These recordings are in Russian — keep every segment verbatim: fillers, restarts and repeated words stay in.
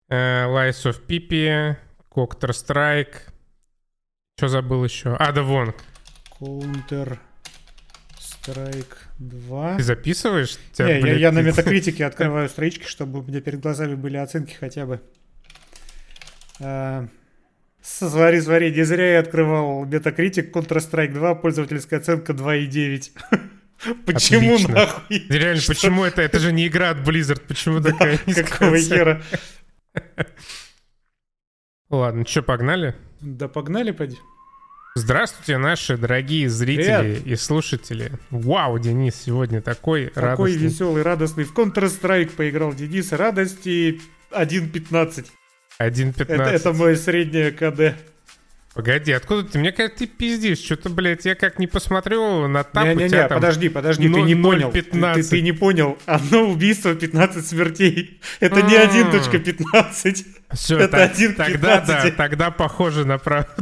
Lies of P, Counter-Strike. Что забыл еще? Ada Wong. Counter-Strike два. Ты записываешь? Тебя, Не, блядь, я, я ты... на метакритике открываю странички, чтобы у меня перед глазами были оценки хотя бы. А, смотри, смотри, не зря я открывал метакритик. Counter-Strike два, пользовательская оценка два и девять. Почему Отлично. Нахуй? Реально, что? Почему это? Это же не игра от Blizzard. Почему да, такая низкая? Какого хера? Ладно, что, погнали? Да погнали, поди. Здравствуйте, наши дорогие зрители Привет. И слушатели. Вау, Денис сегодня такой, такой радостный. Такой веселый, радостный. В Counter-Strike поиграл Денис. Радости один пятнадцать. один пятнадцать. Это, это мое среднее КД. Погоди, откуда ты? Мне кажется, ты пиздишь. Что-то, блядь, я как не посмотрю на тап. Не-не-не, подожди, подожди, ты не понял. Ты, ты, ты не понял. Одно убийство, пятнадцать смертей. Это не один пятнадцать. Все, это так, один тогда, да, тогда похоже на правду.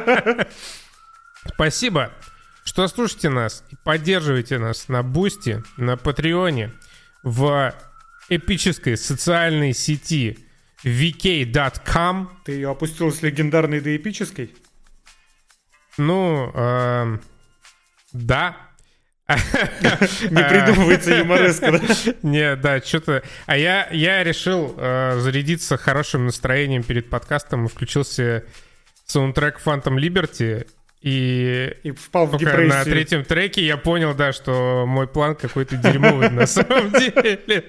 Спасибо, что слушаете нас и поддерживаете нас на Бусти, на Патреоне, в эпической социальной сети ви кей точка ком. Ты ее опустил с легендарной до эпической? Ну, э, да. Не придумывается юмореска, да? Не, да, что-то... А я, я решил э, зарядиться хорошим настроением перед подкастом и включился саундтрек Phantom Liberty. И, и впал в только депрессию. На третьем треке я понял, да, что мой план какой-то дерьмовый на самом деле.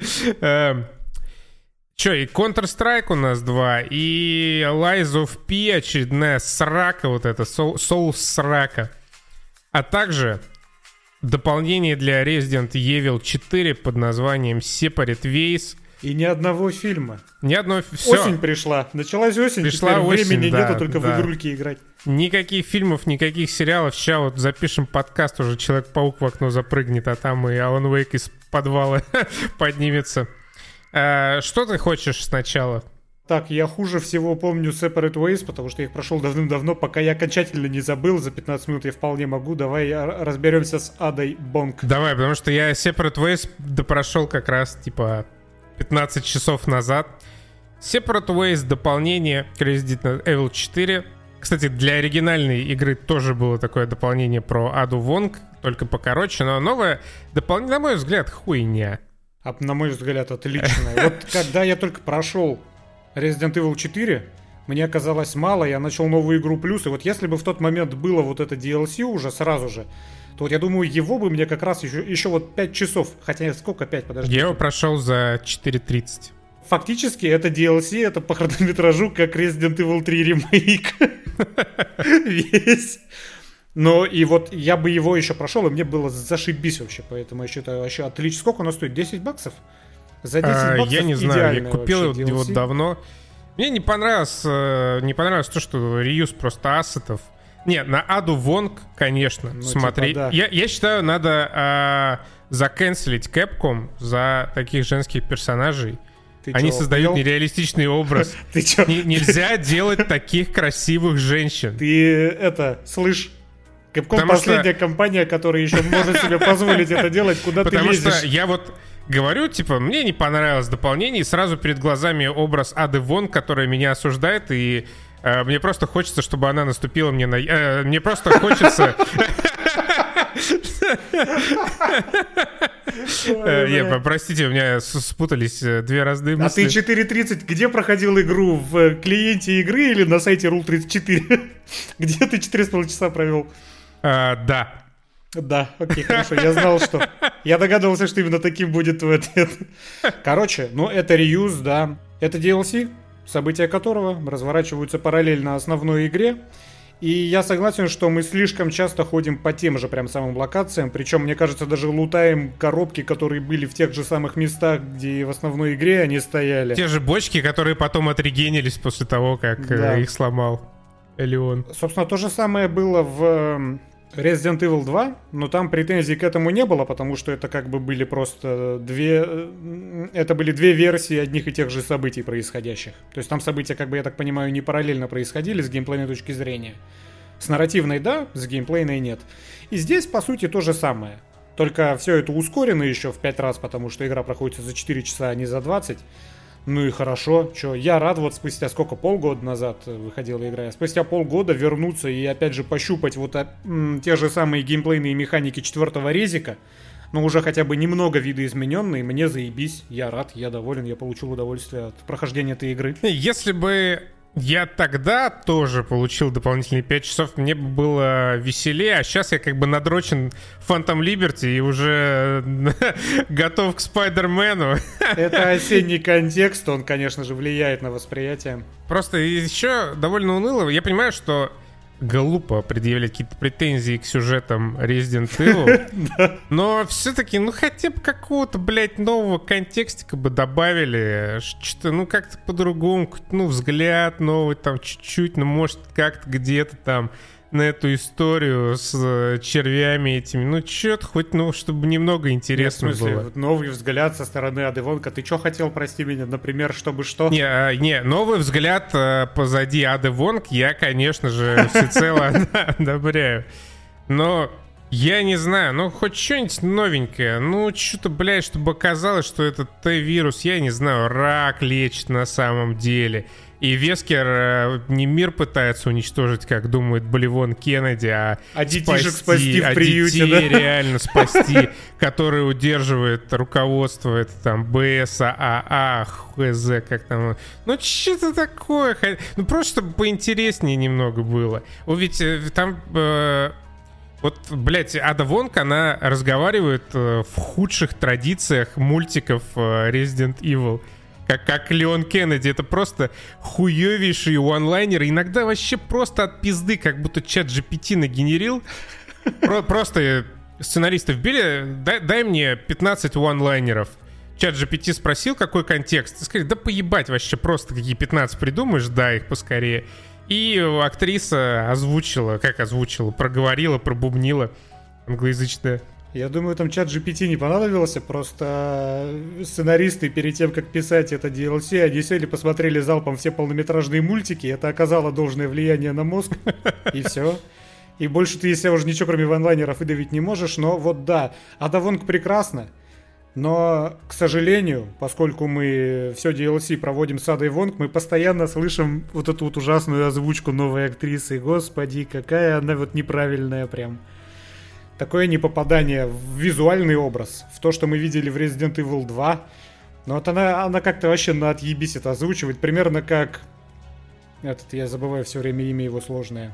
Че, и Counter-Strike у нас два, и Lies of P, очередная срака вот эта, соус-срака. А также дополнение для Resident Evil четыре под названием Separate Ways. И ни одного фильма. Ни одного... Все. Осень пришла. Началась осень, пришла теперь осень, времени да, нету только да. в игрульки играть. Никаких фильмов, никаких сериалов. Сейчас вот запишем подкаст, уже Человек-паук в окно запрыгнет, а там и Алан Уэйк из подвала поднимется. А, что ты хочешь сначала? Так, я хуже всего помню Separate Ways, потому что я их прошел давным-давно, пока я окончательно не забыл. За пятнадцать минут я вполне могу. Давай разберемся с Адой Вонг. Давай, потому что я Separate Ways допрошел как раз, типа, пятнадцать часов назад. Separate Ways дополнение к Resident Evil четыре. Кстати, для оригинальной игры тоже было такое дополнение про Аду Вонг, только покороче, но новое дополнение, на мой взгляд, хуйня. А на мой взгляд, отличное. Вот когда я только прошел Resident Evil четыре, мне оказалось мало, я начал новую игру плюс, и вот если бы в тот момент было вот это ди эл си уже сразу же, то вот я думаю, его бы мне как раз еще, еще вот пять часов, хотя сколько пять, подожди. Я его прошел за четыре тридцать. Фактически это ди эл си, это по хронометражу как Resident Evil три ремейк. Весь. Но и вот я бы его еще прошел, и мне было зашибись вообще, поэтому я считаю, вообще отлично. Сколько оно стоит? десять баксов? За десять а, баксов я не знаю, я купил вообще его давно. Мне не понравилось, не понравилось то, что реюз просто ассетов. Не, на Аду Вонг, конечно, ну, смотри. Типа, да. я, я считаю, надо а, закэнселить Capcom за таких женских персонажей. Ты Они чё, создают понял? Нереалистичный образ. Ты чё? Нельзя делать таких красивых женщин. Ты это, слышь, Capcom последняя компания, которая еще может себе позволить это делать, куда ты лезешь. Потому что я вот говорю, типа, мне не понравилось дополнение, и сразу перед глазами образ Ады Вонг, которая меня осуждает, и э, мне просто хочется, чтобы она наступила мне на... Э, мне просто хочется... Не, простите, у меня спутались две разные мысли. А ты четыре тридцать где проходил игру? В клиенте игры или на сайте рул тридцать четыре? Где ты четыре с половиной часа провел? Да. Да, окей, хорошо, я знал, что... Я догадывался, что именно таким будет твой ответ. Короче, ну это реюз, да. Это ди эл си, события которого разворачиваются параллельно основной игре. И я согласен, что мы слишком часто ходим по тем же прям самым локациям. Причем, мне кажется, даже лутаем коробки, которые были в тех же самых местах, где в основной игре они стояли. Те же бочки, которые потом отрегенились после того, как да. их сломал Элеон. Собственно, то же самое было в Resident Evil два, но там претензий к этому не было, потому что это как бы были просто две... Это были две версии одних и тех же событий происходящих. То есть там события, как бы, я так понимаю, не параллельно происходили с геймплейной точки зрения. С нарративной да, с геймплейной нет. И здесь, по сути, то же самое. Только все это ускорено еще в пять раз, потому что игра проходит за четыре часа, а не за двадцать. Ну и хорошо, что я рад, вот спустя сколько, полгода назад выходила игра, спустя полгода вернуться и опять же пощупать вот а, м, те же самые геймплейные механики четвертого резика, но уже хотя бы немного видоизмененные, мне заебись, я рад, я доволен, я получил удовольствие от прохождения этой игры. Если бы я тогда тоже получил дополнительные пять часов, мне бы было веселее, а сейчас я как бы надрочен Phantom Liberty и уже готов к Спайдермену. Это осенний контекст, он, конечно же, влияет на восприятие. Просто еще довольно уныло. Я понимаю, что глупо предъявлять какие-то претензии к сюжетам Resident Evil, но все-таки, ну, хотя бы какого-то, блядь, нового контекстика бы добавили, что-то, ну, как-то по-другому, ну, взгляд новый там чуть-чуть, ну, может, как-то где-то там на эту историю с червями этими, ну, что-то хоть, ну, чтобы немного интересно Нет, в смысле, было. Вот новый взгляд со стороны Ады Вонг. Ты что хотел, прости меня, например, чтобы что? Не, а, не, новый взгляд а, позади Ады Вонг я, конечно же, всецело одобряю. Но я не знаю, ну, хоть что-нибудь новенькое. Ну, что-то, блядь, чтобы оказалось, что это Т-вирус, я не знаю, рак лечит на самом деле. И Вескер э, не мир пытается уничтожить, как думает Болевон Кеннеди, а, а детишек спасти в а приюте, детей да? реально спасти, которые удерживает руководство, это там БСАА, ХЗ, как там. Ну, что-то такое. Ну, просто чтобы поинтереснее немного было. Вот ведь там... Э, Вот, блядь, Ада Вонг, она разговаривает э, в худших традициях мультиков э, Resident Evil. Как, как Леон Кеннеди. Это просто хуёвейшие онлайнеры. Иногда вообще просто от пизды, как будто чат джи пи ти нагенерил. Про, просто сценаристы вбили, дай, дай мне пятнадцать онлайнеров. Чат джи пи ти спросил, какой контекст. Сказали, да поебать вообще, просто какие пятнадцать придумаешь, дай их поскорее. И актриса озвучила, как озвучила, проговорила, пробубнила англоязычная. Я думаю, там чат джи пи ти не понадобился, просто сценаристы перед тем, как писать это ди эл си, они сели, посмотрели залпом все полнометражные мультики, это оказало должное влияние на мозг, и все. И больше ты из себя уже ничего, кроме ванлайнеров, выдавить не можешь, но вот да, Ада Вонг прекрасно, но, к сожалению, поскольку мы все ди эл си проводим с Адой Вонг, мы постоянно слышим вот эту вот ужасную озвучку новой актрисы. Господи, какая она вот неправильная прям. Такое непопадание в визуальный образ, в то, что мы видели в Resident Evil два. Но вот она, она как-то вообще на отъебись это озвучивает. Примерно как... Этот, я забываю все время имя его сложное.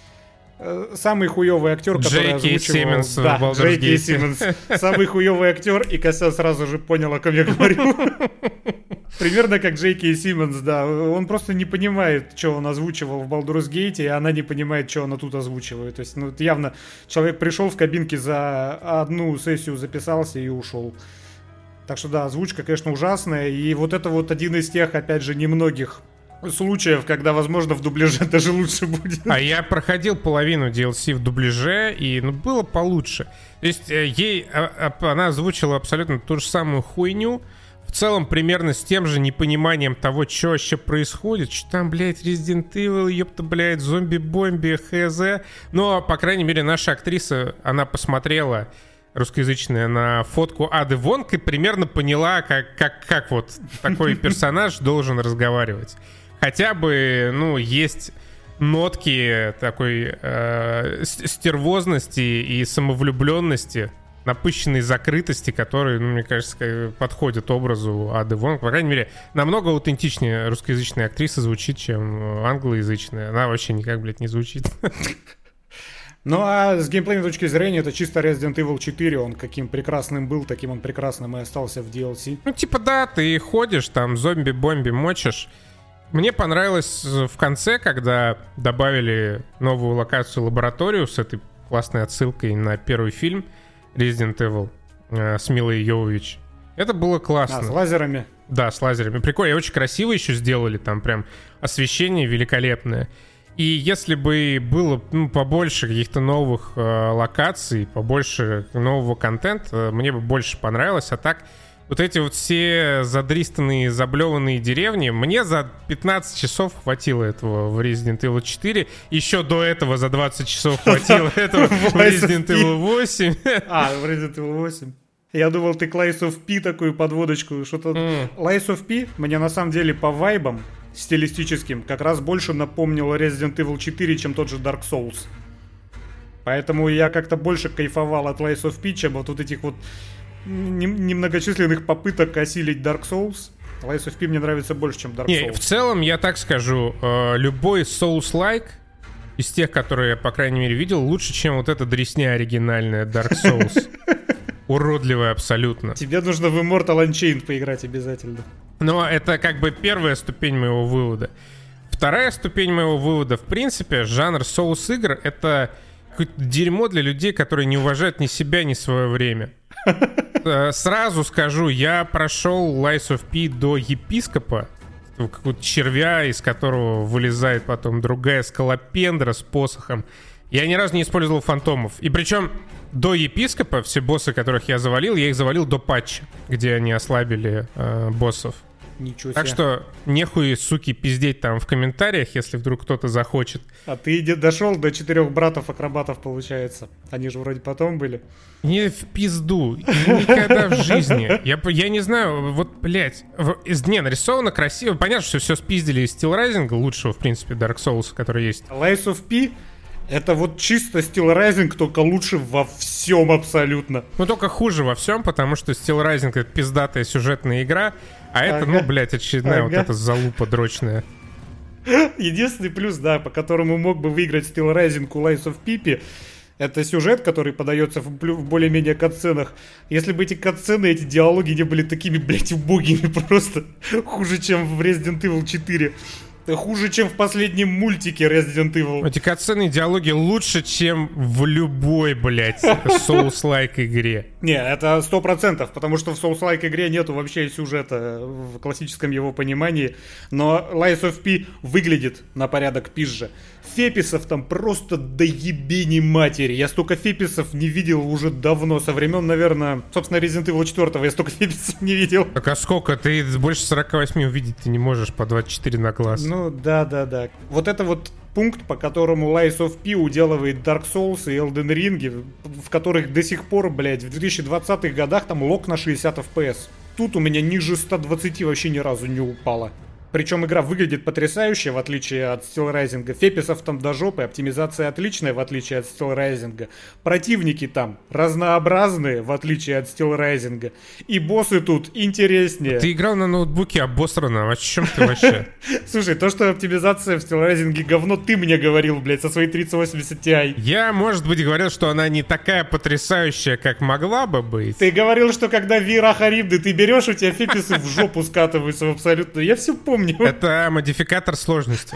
Самый хуёвый актер, который Джей Кей озвучивал... Симмонс, да, Джей Кей Симмонс. Самый хуёвый актер, и Костян сразу же понял, о ком я говорю. Примерно как Джей Кей Симмонс, да. Он просто не понимает, что он озвучивал в Baldur's Gate, и она не понимает, что она тут озвучивает. То есть, ну, явно человек пришел в кабинке за одну сессию, записался и ушел. Так что да, озвучка, конечно, ужасная. И вот это вот один из тех, опять же, немногих случаев, когда, возможно, в дубляже даже лучше будет. А я проходил половину ди эл си в дубляже, и ну, было получше. То есть ей а, а, она озвучила абсолютно ту же самую хуйню, в целом примерно с тем же непониманием того, что вообще происходит. Что там, блядь, Resident Evil, ёпта, блядь, зомби-бомби, хз. Но, по крайней мере, наша актриса, она посмотрела русскоязычная на фотку Ады Вонг и примерно поняла, как, как, как вот такой персонаж должен разговаривать. Хотя бы, ну, есть нотки такой э, стервозности и самовлюбленности, напыщенной закрытости, которые, ну, мне кажется, подходят образу Ады Вонг. По крайней мере, намного аутентичнее русскоязычная актриса звучит, чем англоязычная. Она вообще никак, блядь, не звучит. Ну а с геймплейной точки зрения это чисто Resident Evil четыре, он каким прекрасным был, таким он прекрасным и остался в ди эл си. Ну типа да, ты ходишь, там зомби-бомби мочишь. Мне понравилось в конце, когда добавили новую локацию, лабораторию с этой классной отсылкой на первый фильм Resident Evil э, с Милой Йовович. Это было классно. А, с лазерами? Да, с лазерами. Прикольно, и очень красиво еще сделали, там прям освещение великолепное. И если бы было, ну, побольше каких-то новых э, локаций, побольше нового контента, мне бы больше понравилось. А так, вот эти вот все задристанные, заблеванные деревни, мне за пятнадцать часов хватило этого в Resident Evil четыре. Еще до этого за двадцать часов хватило этого в Resident Evil восемь. А, в Resident Evil восемь. Я думал, ты к Lies of P такую подводочку, что-то... Mm. Lies of P мне на самом деле по вайбам стилистическим как раз больше напомнил Resident Evil четыре, чем тот же Dark Souls. Поэтому я как-то больше кайфовал от Lies of P, чем от вот этих вот немногочисленных попыток осилить Dark Souls. Lies of P мне нравится больше, чем Dark Souls. Не, в целом, я так скажу, любой Souls-like из тех, которые я, по крайней мере, видел, лучше, чем вот эта дресня оригинальная Dark Souls. Уродливая абсолютно. Тебе нужно в Immortal Unchained поиграть обязательно. Но это как бы первая ступень моего вывода. Вторая ступень моего вывода, в принципе, жанр Souls-игр — это какое-то дерьмо для людей, которые не уважают ни себя, ни свое время. Сразу скажу, я прошел Lies of P до епископа, какого-то червя, из которого вылезает потом другая скалопендра с посохом. Я ни разу не использовал фантомов. И причем до епископа все боссы, которых я завалил, я их завалил до патча, где они ослабили э, боссов. Ничего себе. Так что нехуй, суки, пиздеть там в комментариях, если вдруг кто-то захочет. А ты дошел до четырех братов-акробатов, получается. Они же вроде потом были. Не в пизду. Никогда в жизни. Я, я не знаю, вот, блядь. В, не, нарисовано красиво. Понятно, что все спиздили из Steel Rising, лучшего, в принципе, Dark Souls, который есть. Lies of P — это вот чисто Steel Rising, только лучше во всем абсолютно. Ну, только хуже во всем, потому что Steel Rising — это пиздатая сюжетная игра, а это, ага. ну, блядь, очередная ага. вот эта залупа дрочная. Единственный плюс, да, по которому мог бы выиграть Steel Rising у Lies of P, это сюжет, который подается в, в более-менее катсценах. Если бы эти катсцены, эти диалоги не были такими, блядь, убогими, просто хуже, чем в Resident Evil четыре. Хуже, чем в последнем мультике Resident Evil. Эти катсцены и диалоги лучше, чем в любой, блядь, Souls-like игре. Не, это сто процентов, потому что в Souls-like игре нету вообще сюжета в классическом его понимании. Но Lies of P выглядит на порядок пизже. Феписов там просто до ебени матери. Я столько феписов не видел уже давно, со времен, наверное, собственно, Resident Evil четыре я столько феписов не видел. Так а сколько? Ты больше сорок восемь увидеть ты не можешь по двадцать четыре на глаз. Ну да, да, да. Вот это вот пункт, по которому Lies of P уделывает Dark Souls и Elden Ring, в которых до сих пор, блядь, в две тысячи двадцатых годах там лок на шестьдесят эф пи эс. Тут у меня ниже ста двадцати вообще ни разу не упало. Причем игра выглядит потрясающе, в отличие от Steel Rising. Феписов там до жопы, оптимизация отличная, в отличие от Steel Rising. Противники там разнообразные, в отличие от Steel Rising. И боссы тут интереснее. Ты играл на ноутбуке обосранном, о чем ты вообще? Слушай, то, что оптимизация в Steel Rising говно, ты мне говорил, блядь, со своей тридцать восемьдесят Ti. Я, может быть, говорил, что она не такая потрясающая, как могла бы быть. Ты говорил, что когда Вира Харибды ты берешь, у тебя феписы в жопу скатываются абсолютно. Я все помню. Это модификатор сложности.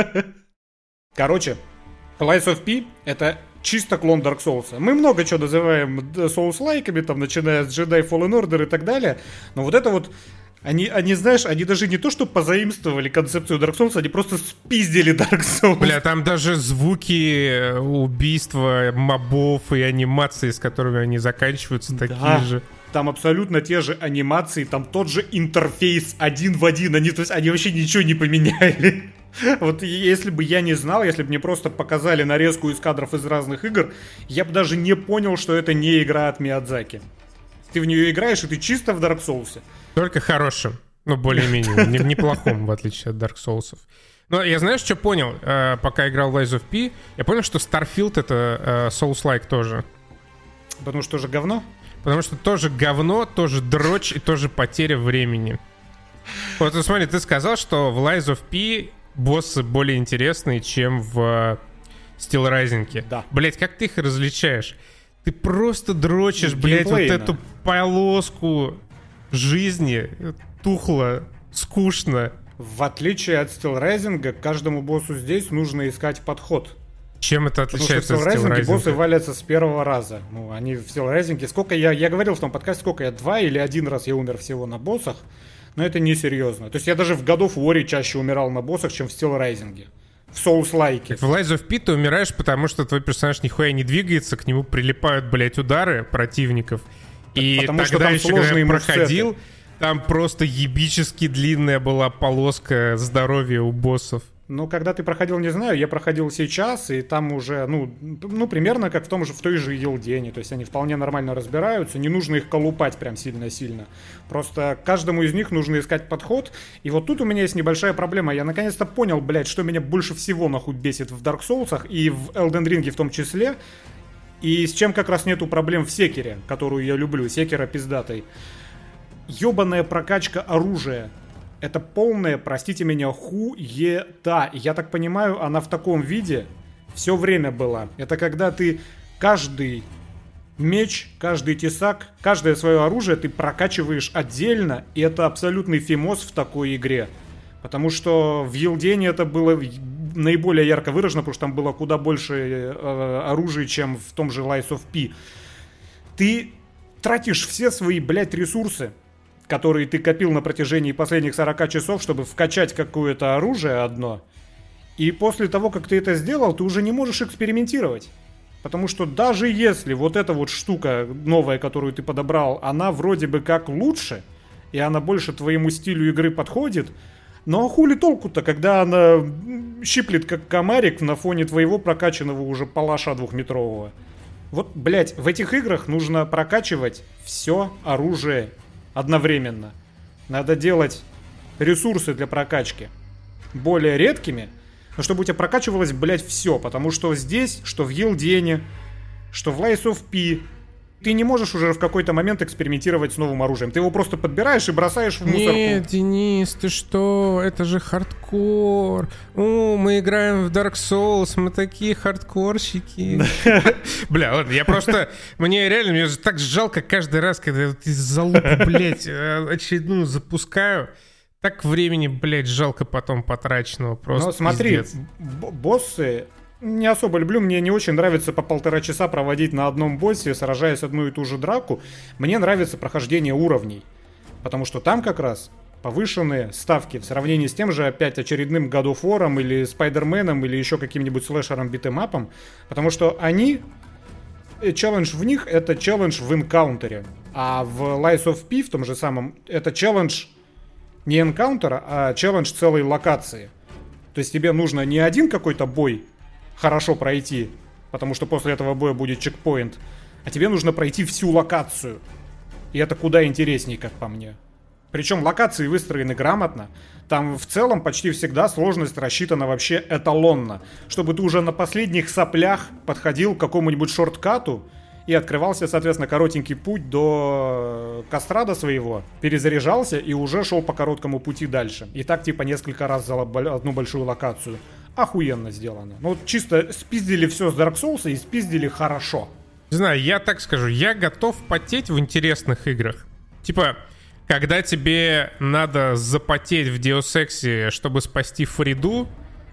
Короче, Lies of P — это чисто клон Dark Souls. Мы много чего называем Souls-лайками, там, начиная с Jedi Fallen Order и так далее. Но вот это вот, они, они, знаешь, они даже не то, что позаимствовали концепцию Dark Souls, они просто спиздили Dark Souls. Бля, там даже звуки убийства мобов и анимации, с которыми они заканчиваются, да. такие же. Там абсолютно те же анимации, там тот же интерфейс один в один. Они, то есть, они вообще ничего не поменяли. Вот если бы я не знал, если бы мне просто показали нарезку из кадров из разных игр, я бы даже не понял, что это не игра от Миядзаки. Ты в нее играешь, и ты чисто в Dark Souls. Только хорошим. Ну, более-менее. Неплохом, в отличие от Dark Souls. Но я, знаешь, что понял, пока играл в Lies of P? Я понял, что Starfield — это Souls-like тоже. Потому что тоже говно? Потому что тоже говно, тоже дрочь и тоже потеря времени. Вот смотри, ты сказал, что в Lies of P боссы более интересные, чем в Steel Rising. Да. Блять, как ты их различаешь? Ты просто дрочишь, блять, вот эту полоску жизни. Тухло, скучно. В отличие от Steel Rising, к каждому боссу здесь нужно искать подход. Чем это отличается от Steel Rising? В Steel Rising боссы валятся с первого раза. Ну, они в Steel Rising... Сколько я... Я говорил в том подкасте, сколько я... Два или один раз я умер всего на боссах. Но это не серьезно. То есть я даже в God of War чаще умирал на боссах, чем в Steel Rising. В Souls-like. В Lies of P ты умираешь, потому что твой персонаж нихуя не двигается, к нему прилипают, блять, удары противников. И потому тогда что еще, когда я проходил, мувсеты. Там просто ебически длинная была полоска здоровья у боссов. Но когда ты проходил, не знаю, я проходил сейчас, и там уже, ну, ну примерно как в том же, в той же Елдене. То есть они вполне нормально разбираются, не нужно их колупать прям сильно-сильно. Просто каждому из них нужно искать подход. И вот тут у меня есть небольшая проблема. Я наконец-то понял, блядь, что меня больше всего нахуй бесит в Dark Souls'ах и в Elden Ring в том числе. И с чем как раз нету проблем в Секире, которую я люблю, Секира пиздатой. Ёбаная прокачка оружия. Это полная, простите меня, хуета. И я так понимаю, она в таком виде все время была. Это когда ты каждый меч, каждый тесак, каждое свое оружие ты прокачиваешь отдельно. И это абсолютный фимоз в такой игре. Потому что в Елдене это было наиболее ярко выражено, потому что там было куда больше э, оружия, чем в том же Lies of P. Ты тратишь все свои, блядь, ресурсы, которые ты копил на протяжении последних сорока часов, чтобы вкачать какое-то оружие одно. И после того, как ты это сделал, ты уже не можешь экспериментировать. Потому что даже если вот эта вот штука новая, которую ты подобрал, она вроде бы как лучше, и она больше твоему стилю игры подходит, но хули толку-то, когда она щиплет как комарик на фоне твоего прокачанного уже палаша двухметрового. Вот, блять, в этих играх нужно прокачивать все оружие одновременно. Надо делать ресурсы для прокачки более редкими, но чтобы у тебя прокачивалось, блядь, все. Потому что здесь, что в Елдене, что в Lies of P, ты не можешь уже в какой-то момент экспериментировать с новым оружием. Ты его просто подбираешь и бросаешь в мусорку. Нет, Денис, ты что? Это же хардкор. О, мы играем в Dark Souls, мы такие хардкорщики. Бля, ладно, я просто... Мне реально, мне так жалко каждый раз, когда я из залупы, блядь, очередную запускаю. Так времени, блядь, жалко потом потраченного. Просто ну, смотри, боссы... Не особо люблю, мне не очень нравится по полтора часа проводить на одном боссе, сражаясь одну и ту же драку. Мне нравится прохождение уровней, потому что там как раз повышенные ставки в сравнении с тем же опять очередным God of War'ом или Spider-Man'ом или еще каким-нибудь слэшером битэмапом, потому что они, челлендж в них это челлендж в энкаунтере, а в Lies of P в том же самом это челлендж не энкаунтера, а челлендж целой локации. То есть тебе нужно не один какой-то бой хорошо пройти, потому что после этого боя будет чекпоинт, а тебе нужно пройти всю локацию. И это куда интереснее, как по мне. Причем локации выстроены грамотно. Там в целом почти всегда сложность рассчитана вообще эталонно, чтобы ты уже на последних соплях подходил к какому-нибудь шорткату и открывался, соответственно, коротенький путь до костра до своего, перезаряжался и уже шел по короткому пути дальше. И так типа несколько раз за одну большую локацию. Охуенно сделано. Ну вот чисто спиздили все с Dark Souls и спиздили хорошо. Не знаю, я так скажу, я готов потеть в интересных играх. Типа, когда тебе надо запотеть в Deus Ex, чтобы спасти Фриду,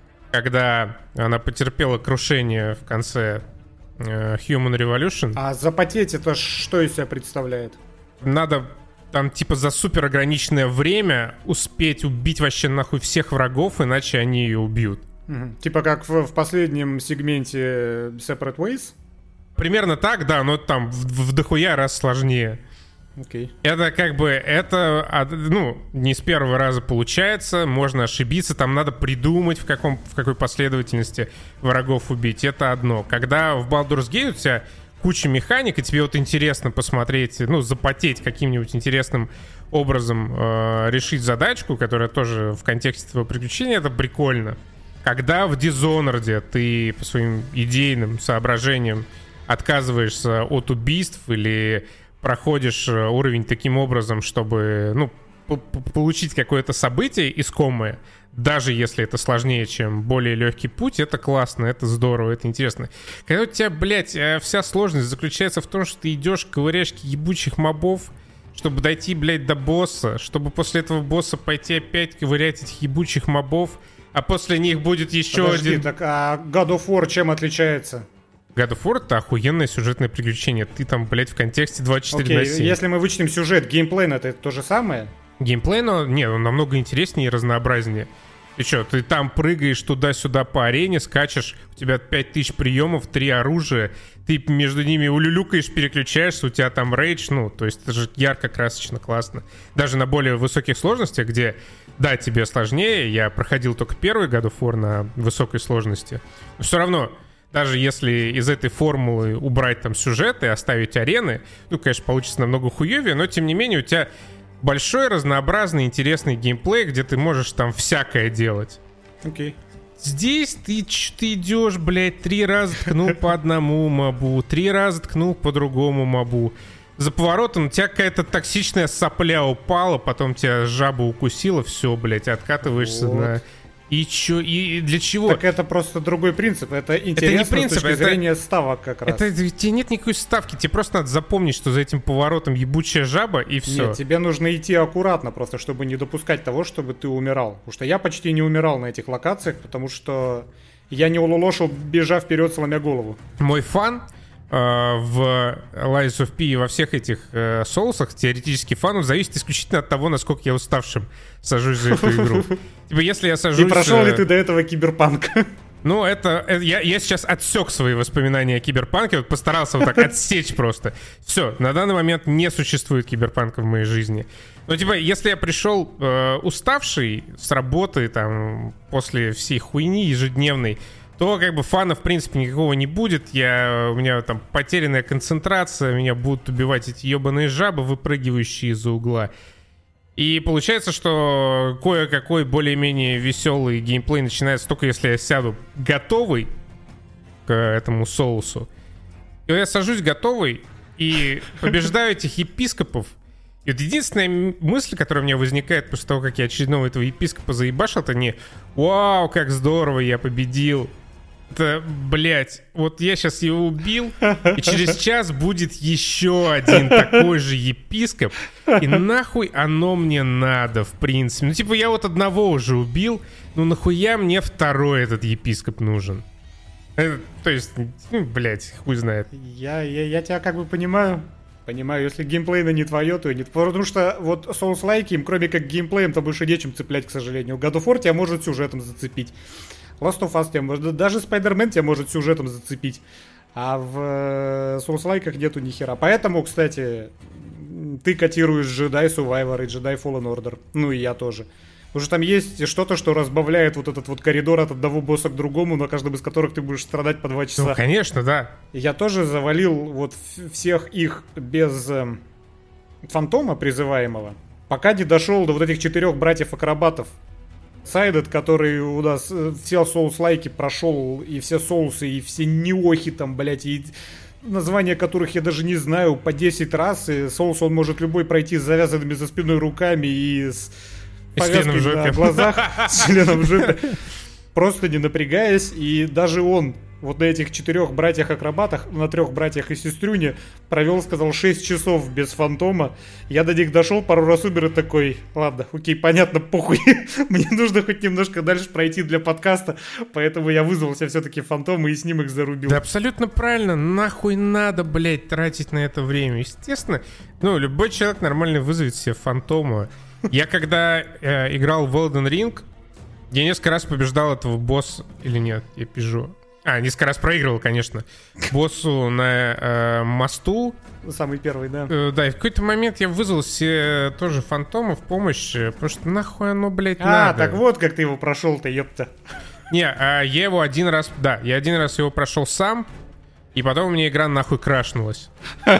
когда она потерпела крушение в конце э, Human Revolution. А запотеть это что из себя представляет? Надо там типа за супер ограниченное время успеть убить вообще нахуй всех врагов, иначе они ее убьют. Угу. Типа как в, в последнем сегменте Separate Ways? Примерно так, да, но там в, в дохуя раз сложнее. Okay. Это как бы, это, ну, не с первого раза получается, можно ошибиться, там надо придумать, в, каком, в какой последовательности врагов убить, это одно. Когда в Baldur's Gate у тебя куча механик, и тебе вот интересно посмотреть, ну, запотеть каким-нибудь интересным образом э, решить задачку, которая тоже в контексте твоего приключения, это прикольно. Когда в Dishonored ты по своим идейным соображениям отказываешься от убийств или проходишь уровень таким образом, чтобы, ну, получить какое-то событие искомое, даже если это сложнее, чем более легкий путь, это классно, это здорово, это интересно. Когда у тебя, блядь, вся сложность заключается в том, что ты идешь к ковыряшке ебучих мобов, чтобы дойти, блядь, до босса, чтобы после этого босса пойти опять ковырять этих ебучих мобов, а после них будет еще Подожди, один... так а God of War чем отличается? God of War — это охуенное сюжетное приключение. Ты там, блядь, в контексте двадцать четыре на семь. Окей, если мы вычтем сюжет, геймплей, это то же самое? Геймплей, но нет, он намного интереснее и разнообразнее. Ты что, ты там прыгаешь туда-сюда по арене, скачешь, у тебя пять тысяч приемов, три оружия, ты между ними улюлюкаешь, переключаешься, у тебя там рейдж, ну, то есть это же ярко, красочно, классно. Даже на более высоких сложностях, где да, тебе сложнее, я проходил только первый God of War на высокой сложности, но все равно, даже если из этой формулы убрать там сюжет и оставить арены, ну, конечно, получится намного хуевее, но тем не менее у тебя большой, разнообразный, интересный геймплей, где ты можешь там всякое делать. Окей. Okay. Здесь ты, ты идешь, блядь, три раза ткнул по одному мобу, три раза ткнул по другому мобу. За поворотом у тебя какая-то токсичная сопля упала, потом тебя жаба укусила, все, блядь, откатываешься вот. на... И чё, и для чего? Так это просто другой принцип. Это интересно это не принцип, с точки это... зрения ставок как раз. Это, тебе нет никакой ставки. Тебе просто надо запомнить, что за этим поворотом ебучая жаба, и все. Нет, тебе нужно идти аккуратно просто, чтобы не допускать того, чтобы ты умирал. Потому что я почти не умирал на этих локациях, потому что я не улолошил, бежав вперед, сломя голову. Мой фан э, в Lies of P и во всех этих э, соусах, теоретически фанов, зависит исключительно от того, насколько я уставшим сажусь за эту игру. Типа, если я сажусь... И прошел ли ты до этого Киберпанк? Ну, это... это я, я сейчас отсек свои воспоминания о Киберпанке, вот постарался вот так отсечь просто. Все, на данный момент не существует Киберпанка в моей жизни. Но, типа, если я пришел э, уставший с работы, там, после всей хуйни ежедневной, то, как бы, фана, в принципе, никакого не будет. Я, у меня там потерянная концентрация, меня будут убивать эти ебаные жабы, выпрыгивающие из-за угла. И получается, что кое-какой более-менее веселый геймплей начинается только если я сяду готовый к этому соусу. И я сажусь готовый и побеждаю этих епископов. И вот единственная мысль, которая у меня возникает после того, как я очередного этого епископа заебашил, это не «Вау, как здорово, я победил!» Это, блядь, вот я сейчас его убил, и через час будет еще один такой же епископ, и нахуй оно мне надо, в принципе. Ну, типа, я вот одного уже убил, ну нахуя мне второй этот епископ нужен? Это, то есть, ну, блядь, хуй знает. Я, я, я тебя как бы понимаю. Понимаю, если геймплейно не твое, то и нет. Потому что вот Souls-like им, кроме как геймплеем, то больше нечем цеплять, к сожалению. God of War тебя может сюжетом зацепить. Last of Us тебя может... Даже Spider-Man тебя может сюжетом зацепить. А в Souls-лайках нету ни хера. Поэтому, кстати, ты котируешь Jedi Survivor и Jedi Fallen Order. Ну и я тоже. Потому что там есть что-то, что разбавляет вот этот вот коридор от одного босса к другому, на каждом из которых ты будешь страдать по два часа. Ну, конечно, да. Я тоже завалил вот всех их без э, фантома призываемого, пока не дошел до вот этих четырех братьев-акробатов. Сайдед, который у нас все соус-лайки прошел, и все соусы, и все неохи там, блять, и названия которых я даже не знаю, по десять раз, и соус он может любой пройти с завязанными за спиной руками и с повязкой на глазах, с членом в жопе, просто не напрягаясь, и даже он вот на этих четырех братьях-акробатах, на трех братьях и сестрюне провел, сказал, шесть часов без фантома. Я до них дошел, пару раз умер и такой, ладно, окей, понятно, похуй. Мне нужно хоть немножко дальше пройти для подкаста, поэтому я вызвал себе все-таки фантомы и с ним их зарубил. Да абсолютно правильно, нахуй надо, блядь, тратить на это время. Естественно, ну, любой человек нормально вызовет себе фантома. Я когда э, играл в Elden Ring, я несколько раз побеждал этого босса, или нет, я пижу. А, несколько раз проигрывал, конечно, боссу на э, мосту. Самый первый, да. Э, да, и в какой-то момент я вызвал себе тоже фантома в помощь, потому что нахуй оно, блядь, а, надо. А, так вот как ты его прошел-то, ёпта. Не, а я его один раз, да, я один раз его прошел сам, и потом у меня игра нахуй крашнулась.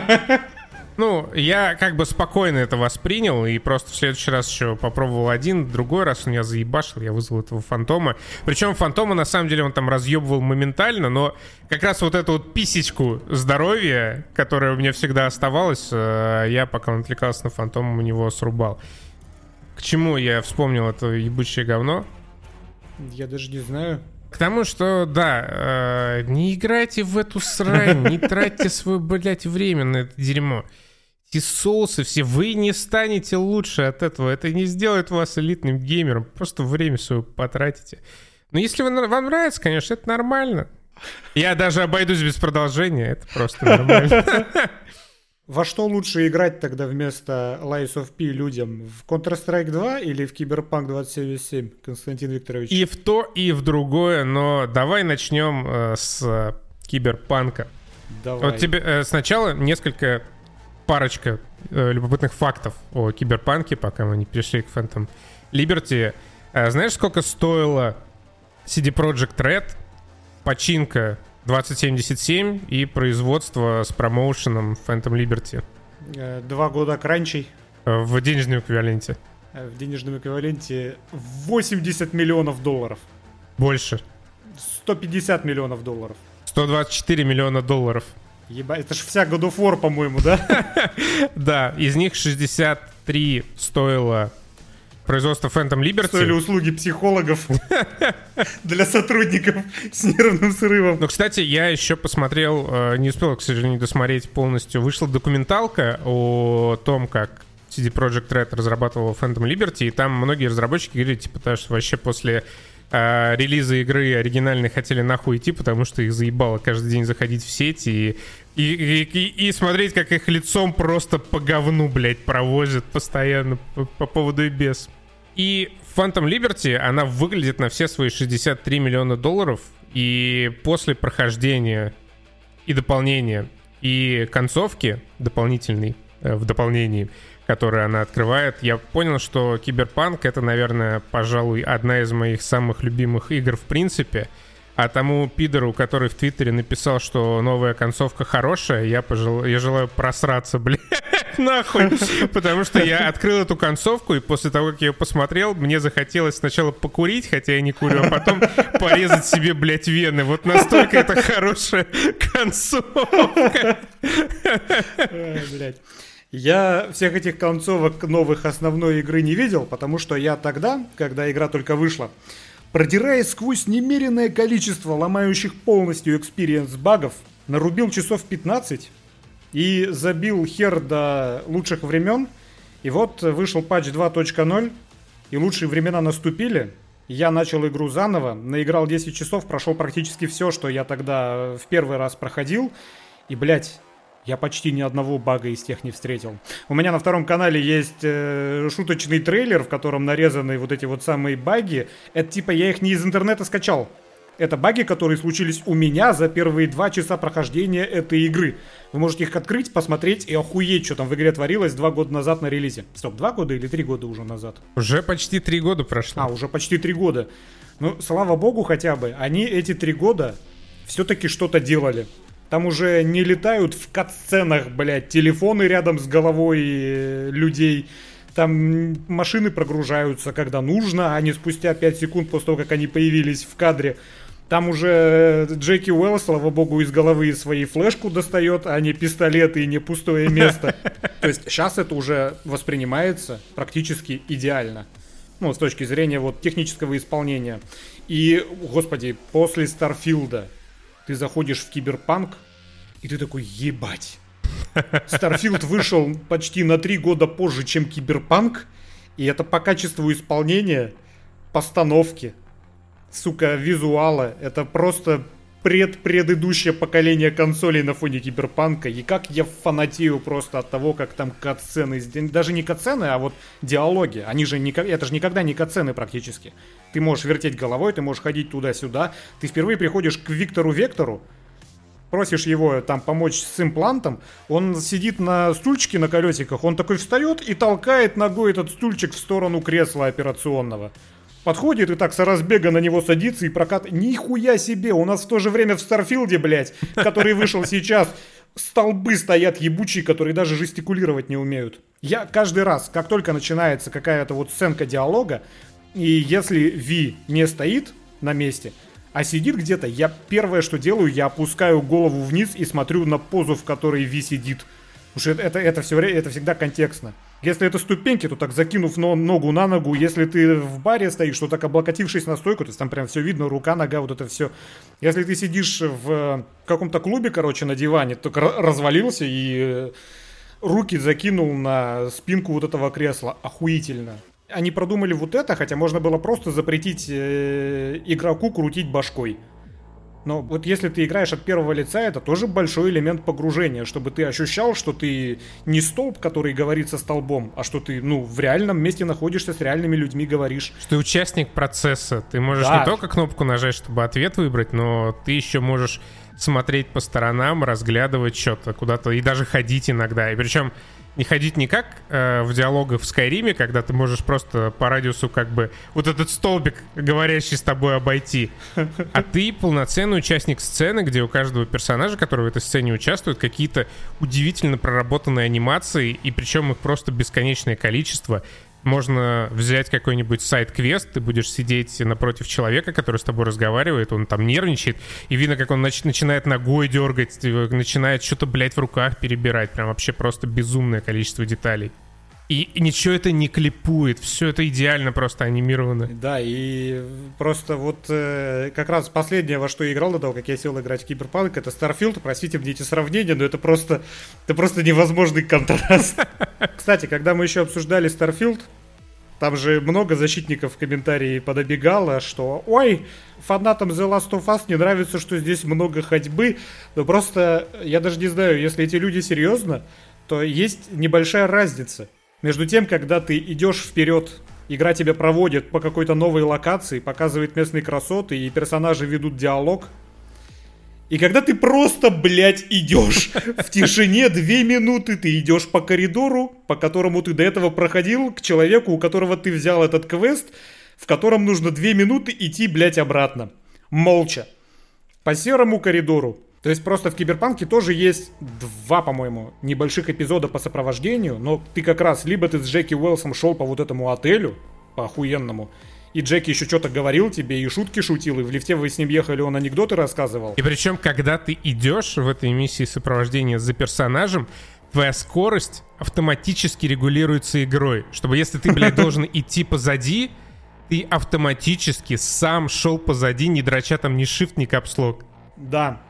Ну, я как бы спокойно это воспринял, и просто в следующий раз еще попробовал один, другой раз он меня заебашил, я вызвал этого фантома. Причем фантома, на самом деле, он там разъебывал моментально, но как раз вот эту вот писечку здоровья, которая у меня всегда оставалась, я, пока он отвлекался на фантома, у него срубал. К чему я вспомнил это ебучее говно? Я даже не знаю. К тому, что, да, э, не играйте в эту срань, не тратьте свое, блядь, время на это дерьмо. Эти соусы все, вы не станете лучше от этого. Это не сделает вас элитным геймером. Просто время свое потратите. Но если вы, вам нравится, конечно, это нормально. Я даже обойдусь без продолжения. Это просто нормально. Во что лучше играть тогда вместо Lies of P людям? В Counter-Strike два или в Cyberpunk двадцать семьдесят семь, Константин Викторович? И в то, и в другое, но давай начнем э, с Киберпанка. Давай. Вот тебе э, сначала несколько, парочка э, любопытных фактов о Киберпанке, пока мы не перешли к Phantom Liberty. Знаешь, сколько стоила си ди Projekt Red, починка двадцать семьдесят семь и производство с промоушеном Phantom Liberty? Два года кранчей. В денежном эквиваленте. В денежном эквиваленте восемьдесят миллионов долларов. Больше. сто пятьдесят миллионов долларов. сто двадцать четыре миллиона долларов. Ебать, это ж вся God of War, по-моему, да? Да, из них шестьдесят три стоило производство Phantom Liberty. Стоили услуги психологов для сотрудников с нервным срывом. Ну, кстати, я еще посмотрел, не успел, к сожалению, досмотреть полностью. Вышла документалка о том, как си ди Projekt Red разрабатывала Phantom Liberty, и там многие разработчики говорили, типа, что вообще после э, релиза игры оригинальной хотели нахуй идти, потому что их заебало каждый день заходить в сеть и, и, и, и, и смотреть, как их лицом просто по говну, блядь, провозят постоянно по, по поводу и без. И Phantom Liberty, она выглядит на все свои шестьдесят три миллиона долларов, и после прохождения и дополнения, и концовки дополнительной, э, в дополнении, которую она открывает, я понял, что Киберпанк — это, наверное, пожалуй, одна из моих самых любимых игр в принципе. А тому пидору, который в Твиттере написал, что новая концовка хорошая, я, пожел... я желаю просраться, блядь, нахуй. Потому что я открыл эту концовку, и после того, как я ее посмотрел, мне захотелось сначала покурить, хотя я не курю, а потом порезать себе, блядь, вены. Вот настолько это хорошая концовка. Блядь. Я всех этих концовок новых основной игры не видел, потому что я тогда, когда игра только вышла, продираясь сквозь немеренное количество ломающих полностью экспириенс багов, нарубил часов пятнадцать и забил хер до лучших времен. И вот вышел патч два точка ноль, и лучшие времена наступили. Я начал игру заново, наиграл десять часов, прошел практически все, что я тогда в первый раз проходил. И, блядь, я почти ни одного бага из тех не встретил. У меня на втором канале есть э, шуточный трейлер, в котором нарезаны вот эти вот самые баги. Это типа я их не из интернета скачал. Это баги, которые случились у меня за первые два часа прохождения этой игры. Вы можете их открыть, посмотреть и охуеть, что там в игре творилось два года назад на релизе. Стоп, два года или три года уже назад? Уже почти три года прошло. А, уже почти три года. Ну, слава богу хотя бы, они эти три года все-таки что-то делали. Там уже не летают в кат-сценах, блядь, телефоны рядом с головой людей. Там машины прогружаются, когда нужно, а не спустя пять секунд после того, как они появились в кадре. Там уже Джеки Уэллс, слава богу, из головы своей флешку достает, а не пистолеты и не пустое место. То есть сейчас это уже воспринимается практически идеально. Ну, с точки зрения вот технического исполнения. И, господи, после Старфилда ты заходишь в Киберпанк, и ты такой, ебать. Старфилд вышел почти на три года позже, чем Киберпанк, и это по качеству исполнения, постановки, сука, визуала, это просто пред-предыдущее поколение консолей на фоне Киберпанка, и как я фанатею просто от того, как там катсцены, даже не катсцены, а вот диалоги, они же не, это же никогда не катсцены практически. Ты можешь вертеть головой, ты можешь ходить туда-сюда, ты впервые приходишь к Виктору Вектору, просишь его там помочь с имплантом, он сидит на стульчике на колесиках, он такой встает и толкает ногой этот стульчик в сторону кресла операционного. Подходит и так с разбега на него садится и прокат... Нихуя себе! У нас в то же время в Старфилде, блядь, который вышел сейчас, столбы стоят ебучие, которые даже жестикулировать не умеют. Я каждый раз, как только начинается какая-то вот сценка диалога, и если Ви не стоит на месте, а сидит где-то, я первое, что делаю, я опускаю голову вниз и смотрю на позу, в которой Ви сидит. Потому что это, это, это, все, это всегда контекстно. Если это ступеньки, то так закинув ногу на ногу. Если ты в баре стоишь, то так облокотившись на стойку, то есть там прям все видно, рука, нога, вот это все. Если ты сидишь в каком-то клубе, короче, на диване, только развалился и руки закинул на спинку вот этого кресла. Охуительно. Они продумали вот это, хотя можно было просто запретить э, игроку крутить башкой. Но вот если ты играешь от первого лица, это тоже большой элемент погружения, чтобы ты ощущал, что ты не столб, который говорит со столбом, а что ты, ну, в реальном месте находишься, с реальными людьми говоришь. Что ты участник процесса. Ты можешь да. не только кнопку нажать, чтобы ответ выбрать, но ты еще можешь смотреть по сторонам, разглядывать что-то куда-то и даже ходить иногда. И причем не ходить не как э, в диалогах в Скайриме, когда ты можешь просто по радиусу как бы вот этот столбик, говорящий с тобой, обойти, а ты полноценный участник сцены, где у каждого персонажа, который в этой сцене участвует, какие-то удивительно проработанные анимации, и причем их просто бесконечное количество. Можно взять какой-нибудь сайд-квест, ты будешь сидеть напротив человека, который с тобой разговаривает, он там нервничает, и видно, как он нач- начинает ногой дергать, начинает что-то, блядь, в руках перебирать. Прям вообще просто безумное количество деталей. И, и ничего это не клипует, все это идеально просто анимировано. Да, и просто вот э, как раз последнее, во что я играл до того, как я сел играть в Киберпанк, это Starfield. Простите мне эти сравнения, но это просто, это просто невозможный контраст. Кстати, когда мы еще обсуждали Starfield, там же много защитников в комментарии подобегало, что «Ой, фанатам The Last of Us не нравится, что здесь много ходьбы». Но просто, я даже не знаю, если эти люди серьезно, то есть небольшая разница между тем, когда ты идешь вперед, игра тебя проводит по какой-то новой локации, показывает местные красоты, и персонажи ведут диалог, и когда ты просто, блядь, идешь в тишине две минуты, ты идешь по коридору, по которому ты до этого проходил, к человеку, у которого ты взял этот квест, в котором нужно две минуты идти, блядь, обратно. Молча. По серому коридору. То есть просто в Киберпанке тоже есть два, по-моему, небольших эпизода по сопровождению, но ты как раз, либо ты с Джеки Уэлсом шел по вот этому отелю, по охуенному, и Джеки еще что-то говорил тебе, и шутки шутил, и в лифте вы с ним ехали, он анекдоты рассказывал. И причем, когда ты идешь в этой миссии сопровождения за персонажем, твоя скорость автоматически регулируется игрой. Чтобы если ты, блядь, должен идти позади, ты автоматически сам шел позади, не дроча там ни shift, ни капслок. Да.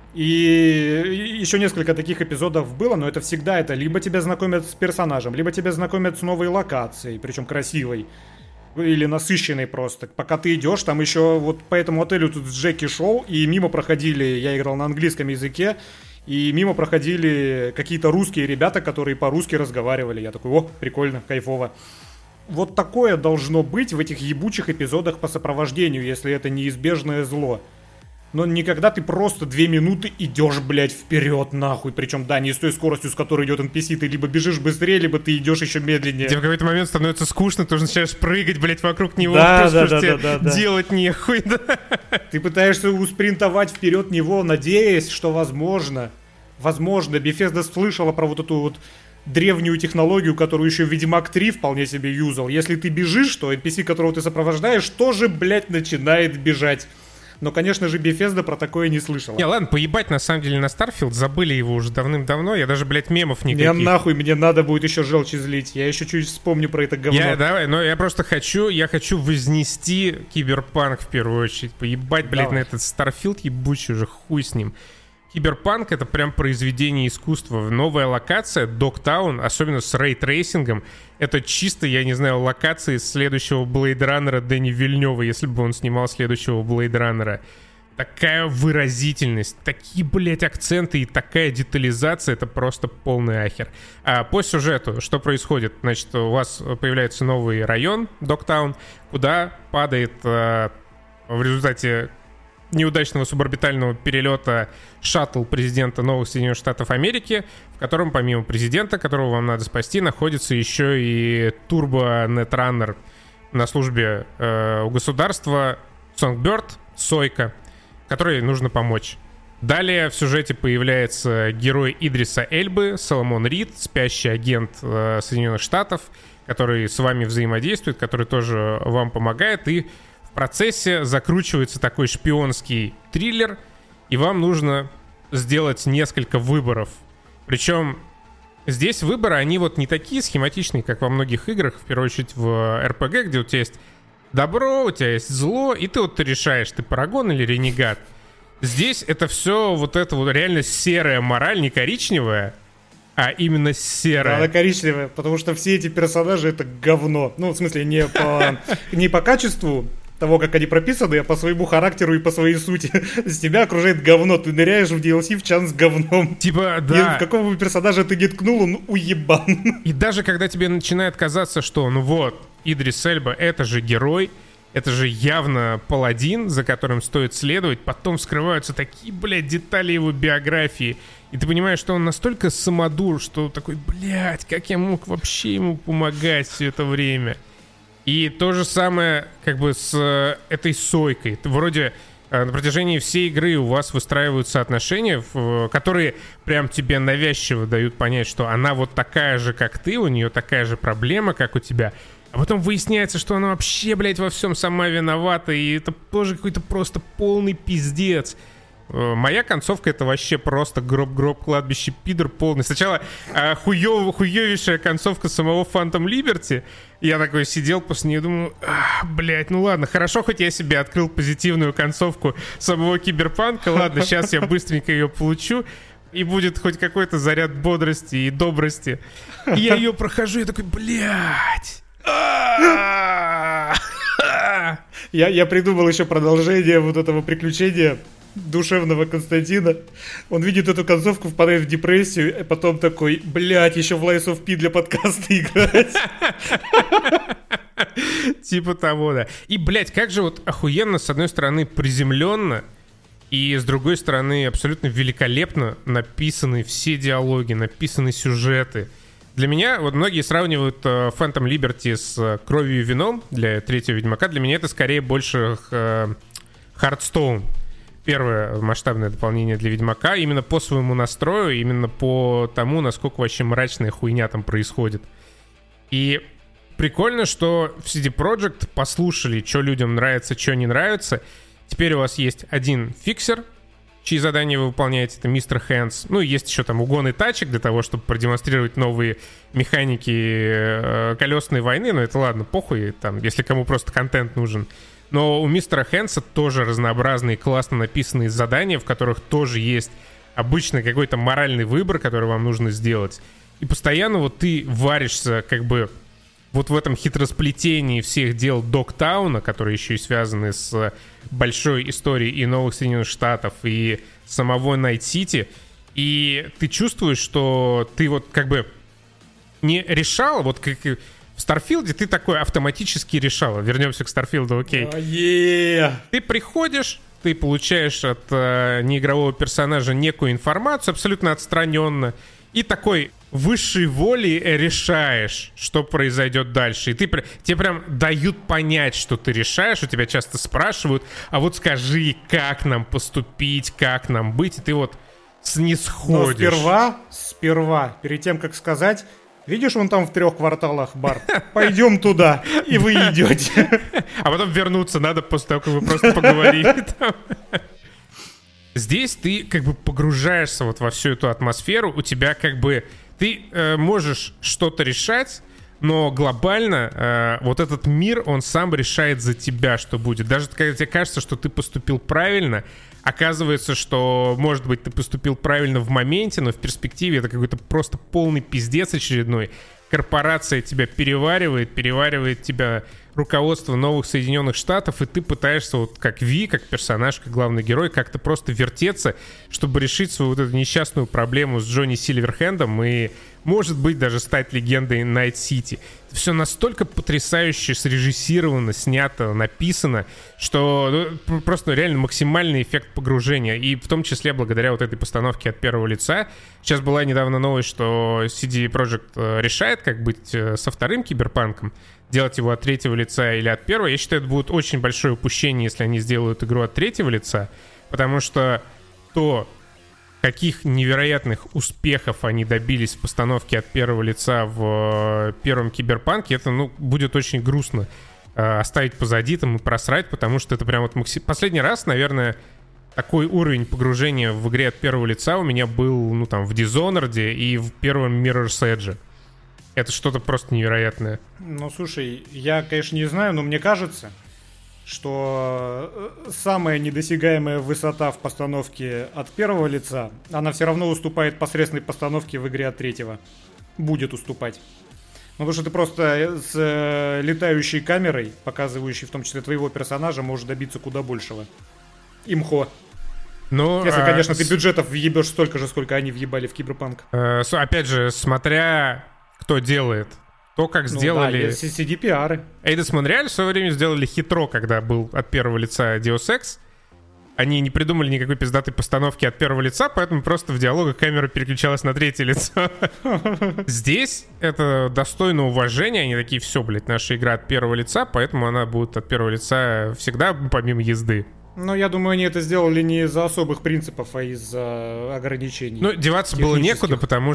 И еще несколько таких эпизодов было, но это всегда это либо тебя знакомят с персонажем, либо тебя знакомят с новой локацией, причем красивой. Или насыщенный просто. Пока ты идешь, там еще вот по этому отелю тут с Джеки шел, и мимо проходили, я играл на английском языке, и мимо проходили какие-то русские ребята, которые по-русски разговаривали. Я такой, о, прикольно, кайфово. Вот такое должно быть в этих ебучих эпизодах по сопровождению, если это неизбежное зло. Но никогда ты просто две минуты идешь, блядь, вперед, нахуй. Причем, да, не с той скоростью, с которой идет эн пи си. Ты либо бежишь быстрее, либо ты идешь еще медленнее. Тебе в какой-то момент становится скучно, ты уже начинаешь прыгать, блядь, вокруг него. Да, просто да, да, да, да, делать да. нехуй, да. Ты пытаешься успринтовать вперед него, надеясь, что возможно, возможно, Bethesda слышала про вот эту вот древнюю технологию, которую еще Ведьмак три вполне себе юзал. Если ты бежишь, то эн пи си, которого ты сопровождаешь, тоже, блядь, начинает бежать. Но, конечно же, Bethesda про такое не слышала. Не, ладно, поебать, на самом деле, на Starfield. Забыли его уже давным-давно. Я даже, блядь, мемов никаких. Мне нахуй, мне надо будет еще желчь излить. Я еще чуть вспомню про это говно. Я, давай, но я просто хочу, я хочу вознести Киберпанк в первую очередь. Поебать, блядь, давай. На этот Starfield ебучий уже, хуй с ним. Киберпанк — это прям произведение искусства. Новая локация, Догтаун, особенно с рейтрейсингом, это чисто, я не знаю, локации следующего Blade Runner Дэни Вильнёва, если бы он снимал следующего Blade Runner. Такая выразительность, такие, блядь, акценты и такая детализация, это просто полный ахер. А по сюжету, что происходит? Значит, у вас появляется новый район, Догтаун, куда падает э, в результате неудачного суборбитального перелета шаттл президента новых Соединенных Штатов Америки, в котором помимо президента, которого вам надо спасти, находится еще и турбо-нетраннер на службе э, у государства Songbird, Сойка, которой нужно помочь. Далее в сюжете появляется герой Идриса Эльбы, Соломон Рид, спящий агент э, Соединенных Штатов, который с вами взаимодействует, который тоже вам помогает, и в процессе закручивается такой шпионский триллер, и вам нужно сделать несколько выборов. Причем здесь выборы, они вот не такие схематичные, как во многих играх, в первую очередь в эр пи джи, где у тебя есть добро, у тебя есть зло, и ты вот ты решаешь, ты парагон или ренегат. Здесь это все вот это вот реально серая мораль, не коричневая, а именно серая. Да, она коричневая, потому что все эти персонажи — это говно. Ну, в смысле, не по, не по качеству того, как они прописаны, а по своему характеру и по своей сути. С тебя окружает говно. Ты ныряешь в ди эл си в чан с говном. Типа, да. И в какого бы персонажа ты не ткнул, он уебан. И даже когда тебе начинает казаться, что, ну вот, Идрис Эльба — это же герой, это же явно паладин, за которым стоит следовать. Потом вскрываются такие, блядь, детали его биографии. И ты понимаешь, что он настолько самодур, что такой, блядь, как я мог вообще ему помогать все это время. И то же самое как бы с этой Сойкой. Ты вроде на протяжении всей игры у вас выстраиваются отношения, которые прям тебе навязчиво дают понять, что она вот такая же, как ты, у нее такая же проблема, как у тебя. А потом выясняется, что она вообще, блядь, во всем сама виновата, и это тоже какой-то просто полный пиздец. Моя концовка — это вообще просто гроб-гроб, кладбище, пидор полный. Сначала э, хуёв, хуёвейшая концовка самого Phantom Liberty. Я такой сидел после нее и думаю, а, блядь, ну ладно, хорошо, хоть я себе открыл позитивную концовку самого Киберпанка. Ладно, сейчас я быстренько ее получу, и будет хоть какой-то заряд бодрости и добрости. И я ее прохожу, и такой, блядь. Я, я придумал еще продолжение вот этого приключения душевного Константина. Он видит эту концовку, впадает в депрессию, и потом такой, блядь, еще в Lies of P для подкаста играть. Типа того, да. И, блядь, как же вот охуенно, с одной стороны, приземленно, и с другой стороны, абсолютно великолепно написаны все диалоги, написаны сюжеты. Для меня, вот многие сравнивают uh, Phantom Liberty с uh, Кровью и вином для третьего Ведьмака. Для меня это скорее больше uh, Hearthstone. Первое масштабное дополнение для Ведьмака. Именно по своему настрою, именно по тому, насколько вообще мрачная хуйня там происходит. И прикольно, что в си ди Projekt послушали, что людям нравится, что не нравится. Теперь у вас есть один фиксер, чьи задания вы выполняете, это мистер Хэндс. Ну, и есть еще там угоны тачек для того, чтобы продемонстрировать новые механики э, колесной войны. Но это ладно, похуй, там, если кому просто контент нужен. Но у мистера Хэндса тоже разнообразные, классно написанные задания, в которых тоже есть обычно какой-то моральный выбор, который вам нужно сделать. И постоянно вот ты варишься как бы вот в этом хитросплетении всех дел Догтауна, которые еще и связаны с большой историей и Новых Соединенных Штатов, и самого Найт-Сити, и ты чувствуешь, что ты вот как бы не решал, вот как в Старфилде ты такой автоматически решал. Вернемся к Старфилду, окей. Oh, yeah. Ты приходишь, ты получаешь от э, неигрового персонажа некую информацию, абсолютно отстраненно, и такой высшей волей решаешь, что произойдет дальше. И ты, тебе прям дают понять, что ты решаешь. У тебя часто спрашивают, а вот скажи, как нам поступить, как нам быть. И ты вот снисходишь. Но сперва, сперва, перед тем, как сказать, видишь, вон там в трех кварталах бар, пойдем туда, и вы идете. А потом вернуться надо после того, как вы просто поговорили там. Здесь ты как бы погружаешься вот во всю эту атмосферу, у тебя как бы... Ты э, можешь что-то решать, но глобально э, вот этот мир, он сам решает за тебя, что будет. Даже когда тебе кажется, что ты поступил правильно, оказывается, что, может быть, ты поступил правильно в моменте, но в перспективе это какой-то просто полный пиздец очередной. Корпорация тебя переваривает, переваривает тебя руководство Новых Соединенных Штатов, и ты пытаешься вот как Ви, как персонаж, как главный герой, как-то просто вертеться, чтобы решить свою вот эту несчастную проблему с Джонни Сильверхендом и, может быть, даже стать легендой Найт-Сити. Это все настолько потрясающе срежиссировано, снято, написано, что ну, просто ну, реально максимальный эффект погружения. И в том числе благодаря вот этой постановке от первого лица. Сейчас была недавно новость, что си ди Projekt решает, как быть со вторым Киберпанком, делать его от третьего лица или от первого. Я считаю, это будет очень большое упущение, если они сделают игру от третьего лица, потому что то, каких невероятных успехов они добились в постановке от первого лица в первом Киберпанке, это, ну, будет очень грустно э, оставить позади там и просрать, потому что это прям вот максим... Последний раз, наверное, такой уровень погружения в игре от первого лица у меня был, ну, там, в Dishonored и в первом Mirror's Edge. Это что-то просто невероятное. Ну, слушай, я, конечно, не знаю, но мне кажется, что самая недосягаемая высота в постановке от первого лица, она все равно уступает посредственной постановке в игре от третьего. Будет уступать. Ну, потому что ты просто с летающей камерой, показывающей в том числе твоего персонажа, можешь добиться куда большего. Имхо. Ну, Если, конечно, а, ты бюджетов въебешь столько же, сколько они въебали в Киберпанк. А, опять же, смотря... кто делает То, как сделали... Ну, да, си ди пи ар. Eidos Montreal в свое время сделали хитро, когда был от первого лица Deus Ex. Они не придумали никакой пиздатой постановки от первого лица, поэтому просто в диалогах камера переключалась на третье лицо. Здесь это достойно уважения. Они такие, все, блядь, наша игра от первого лица, поэтому она будет от первого лица всегда, помимо езды. Но я думаю, они это сделали не из-за особых принципов, а из-за ограничений. Ну, деваться было некуда, потому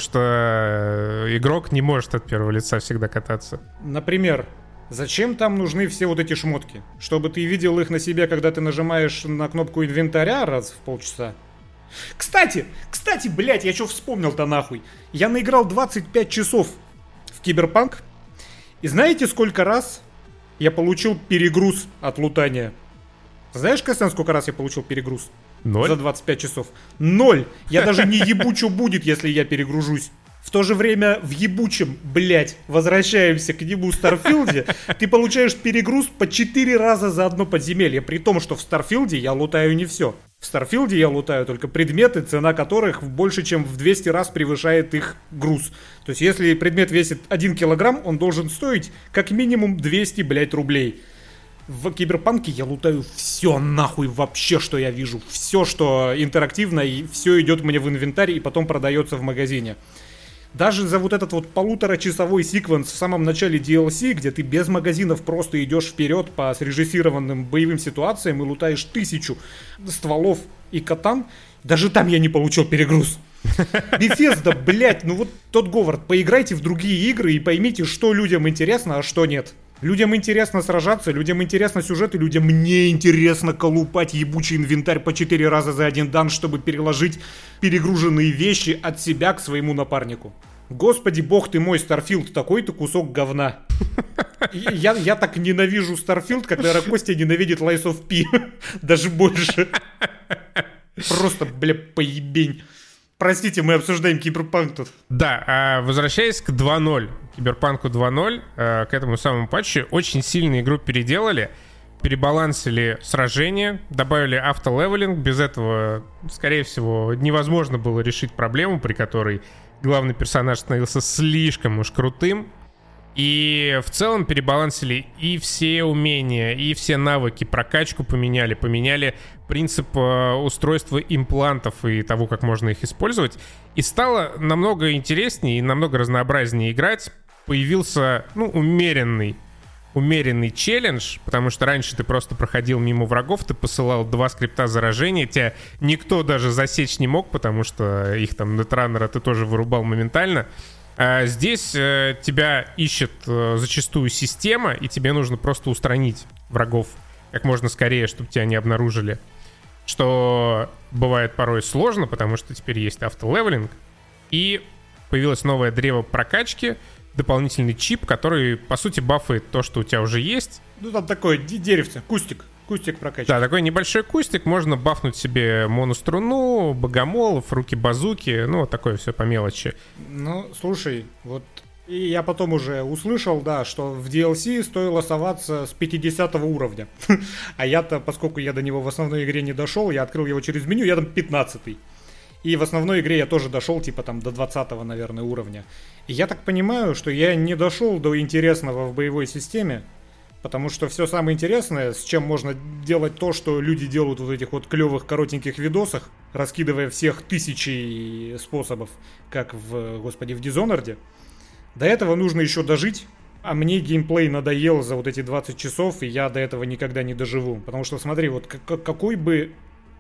что игрок не может от первого лица всегда кататься. Например, зачем там нужны все вот эти шмотки? Чтобы ты видел их на себе, когда ты нажимаешь на кнопку инвентаря раз в полчаса? Кстати, кстати, блядь, я что вспомнил-то нахуй? Я наиграл двадцать пять часов в Киберпанк. И знаете, сколько раз я получил перегруз от лутания? Знаешь, Костян, сколько раз я получил перегруз? Ноль? За двадцать пять часов. Ноль! Я даже не ебу, что будет, если я перегружусь. В то же время в ебучем, блять, возвращаемся к нему Старфилде, ты получаешь перегруз по четыре раза за одно подземелье, при том, что в Старфилде я лутаю не все. В Старфилде я лутаю только предметы, цена которых больше, чем в двести раз превышает их груз. То есть, если предмет весит один килограмм, он должен стоить как минимум двести, блять, рублей. В Киберпанке я лутаю все нахуй вообще, что я вижу. Все, что интерактивно, и все идет мне в инвентарь и потом продается в магазине. Даже за вот этот вот полуторачасовой секвенс в самом начале ди эл си, где ты без магазинов просто идешь вперед по срежиссированным боевым ситуациям и лутаешь тысячу стволов и катан, даже там я не получил перегруз. Bethesda, блять, ну вот тот Говард, поиграйте в другие игры и поймите, что людям интересно, а что нет. Людям интересно сражаться, людям интересно сюжет, и людям не интересно колупать ебучий инвентарь по четыре раза за один дан, чтобы переложить перегруженные вещи от себя к своему напарнику. Господи бог ты мой, Starfield, такой-то кусок говна. Я, я так ненавижу Starfield, как, наверное, Костя ненавидит Lies of P. Даже больше. Просто, бля, поебень. Простите, мы обсуждаем Киберпанк тут. Да, а возвращаясь к два ноль, Киберпанку два ноль, к этому самому патчу, очень сильно игру переделали, перебалансили сражения, добавили автолевелинг. Без этого, скорее всего, невозможно было решить проблему, при которой главный персонаж становился слишком уж крутым. И в целом перебалансили и все умения, и все навыки, прокачку поменяли, поменяли принцип э, устройства имплантов и того, как можно их использовать. И стало намного интереснее и намного разнообразнее играть. Появился, ну, умеренный, умеренный челлендж, потому что раньше ты просто проходил мимо врагов, ты посылал два скрипта заражения, тебя никто даже засечь не мог, потому что их там нетраннера ты тоже вырубал моментально. А здесь э, тебя ищет э, зачастую система, и тебе нужно просто устранить врагов как можно скорее, чтобы тебя не обнаружили. Что бывает порой сложно, потому что теперь есть автолевелинг. И появилось новое древо прокачки, дополнительный чип, который, по сути, бафает то, что у тебя уже есть. Ну, там такое деревце, кустик. Кустик прокачки. Да, такой небольшой кустик. Можно бафнуть себе моноструну, богомолов, руки-базуки. Ну, вот такое все по мелочи. Ну, слушай, вот и я потом уже услышал, да, что в ди эл си стоило соваться с пятидесятого уровня. А я-то, поскольку я до него в основной игре не дошел, я открыл его через меню, я там пятнадцатый. И в основной игре я тоже дошел, типа там до двадцатого, наверное, уровня. И я так понимаю, что я не дошел до интересного в боевой системе. Потому что все самое интересное, с чем можно делать то, что люди делают в этих вот клевых коротеньких видосах, раскидывая всех тысячи способов, как в, господи, в Dishonored. До этого нужно еще дожить, а мне геймплей надоел за вот эти двадцать часов, и я до этого никогда не доживу. Потому что смотри, вот как, какой бы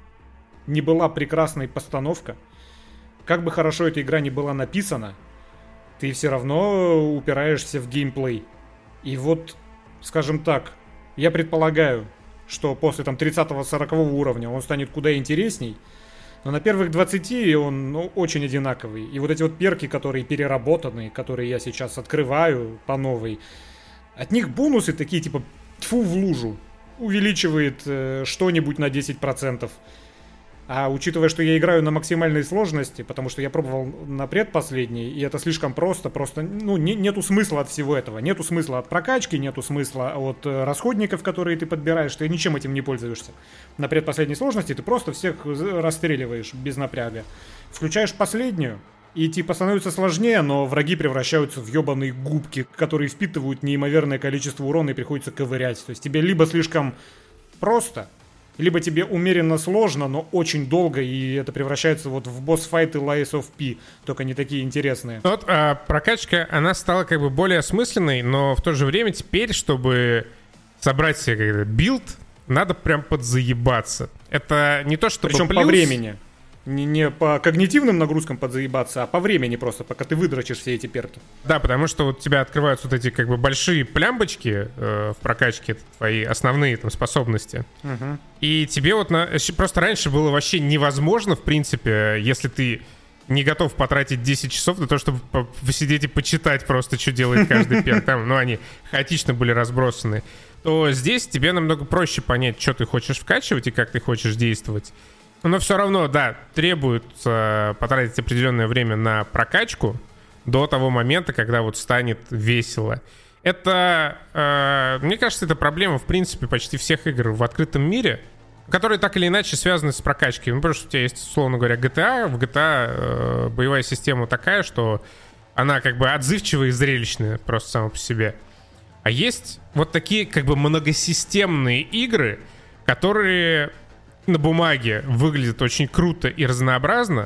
ни была прекрасная постановка, как бы хорошо эта игра ни была написана, ты все равно упираешься в геймплей. И вот... Скажем так, я предполагаю, что после там тридцатого-сорокового уровня он станет куда интересней, но на первых двадцати он, ну, очень одинаковый. И вот эти вот перки, которые переработаны, которые я сейчас открываю по новой, от них бонусы такие типа тьфу в лужу, увеличивает э, что-нибудь на десять процентов. А учитывая, что я играю на максимальной сложности, потому что я пробовал на предпоследней, и это слишком просто, просто, ну, не, нету смысла от всего этого. Нету смысла от прокачки, нету смысла от э, расходников, которые ты подбираешь, ты ничем этим не пользуешься. На предпоследней сложности ты просто всех расстреливаешь без напряга. Включаешь последнюю, И типа становится сложнее, но враги превращаются в ебаные губки, которые впитывают неимоверное количество урона и приходится ковырять. То есть тебе либо слишком просто, либо тебе умеренно сложно, но очень долго, и это превращается вот в босс-файты Lies of P, только не такие интересные. Вот а, прокачка, она стала как бы более осмысленной, но в то же время теперь, чтобы собрать себе билд, надо прям подзаебаться. Это не то, чтобы Причем плюс... по времени. Не, не по когнитивным нагрузкам подзаебаться, а по времени просто, пока ты выдрочишь все эти перки. Да, потому что вот у тебя открываются вот эти как бы большие плямбочки э, в прокачке, твои основные там способности. Угу. И тебе вот на... просто раньше было вообще невозможно, в принципе, если ты не готов потратить десять часов на то, чтобы посидеть и почитать просто, что делает каждый перк. Там, ну, они хаотично были разбросаны. То здесь тебе намного проще понять, что ты хочешь вкачивать и как ты хочешь действовать. Но все равно, да, требуется потратить определенное время на прокачку до того момента, когда вот станет весело. Это, э, мне кажется, это проблема, в принципе, почти всех игр в открытом мире, которые так или иначе связаны с прокачкой. Ну, потому что у тебя есть, условно говоря, джи ти эй. В джи ти эй э, боевая система такая, что она как бы отзывчивая и зрелищная просто сама по себе. А есть вот такие как бы многосистемные игры, которые... на бумаге выглядит очень круто и разнообразно,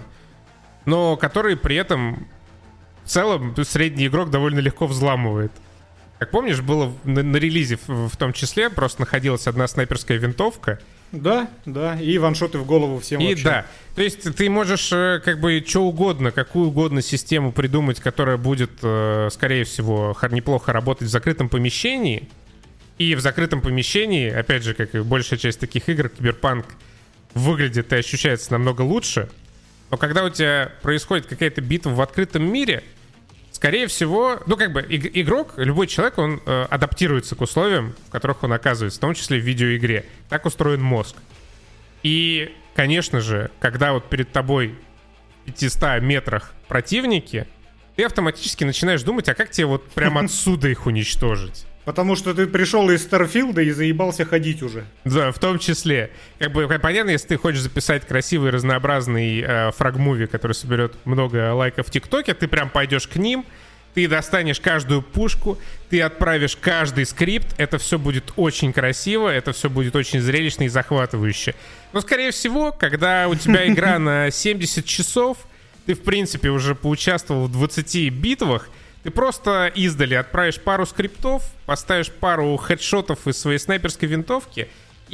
но которые при этом в целом средний игрок довольно легко взламывает. Как помнишь, было на, на релизе в, в том числе просто находилась одна снайперская винтовка. Да, да, и ваншоты в голову всем и вообще. Да, то есть ты можешь как бы что угодно, какую угодно систему придумать, которая будет, скорее всего, неплохо работать в закрытом помещении. И в закрытом помещении, опять же, как и большая часть таких игр, Киберпанк выглядит и ощущается намного лучше. Но когда у тебя происходит какая-то битва в открытом мире, скорее всего, ну как бы игрок, любой человек, он э, адаптируется к условиям, в которых он оказывается, в том числе в видеоигре. Так устроен мозг. И, конечно же, когда вот перед тобой в пятистах метрах противники, ты автоматически начинаешь думать, а как тебе вот прямо отсюда их уничтожить? Потому что ты пришел из Старфилда и заебался ходить уже. Да, в том числе. Как бы понятно, если ты хочешь записать красивый, разнообразный э, фраг-муви, который соберет много лайков в ТикТоке, ты прям пойдешь к ним, ты достанешь каждую пушку, ты отправишь каждый скрипт, это все будет очень красиво, это все будет очень зрелищно и захватывающе. Но, скорее всего, когда у тебя игра на семьдесят часов, ты, в принципе, уже поучаствовал в двадцати битвах, ты просто издали отправишь пару скриптов, поставишь пару хедшотов из своей снайперской винтовки,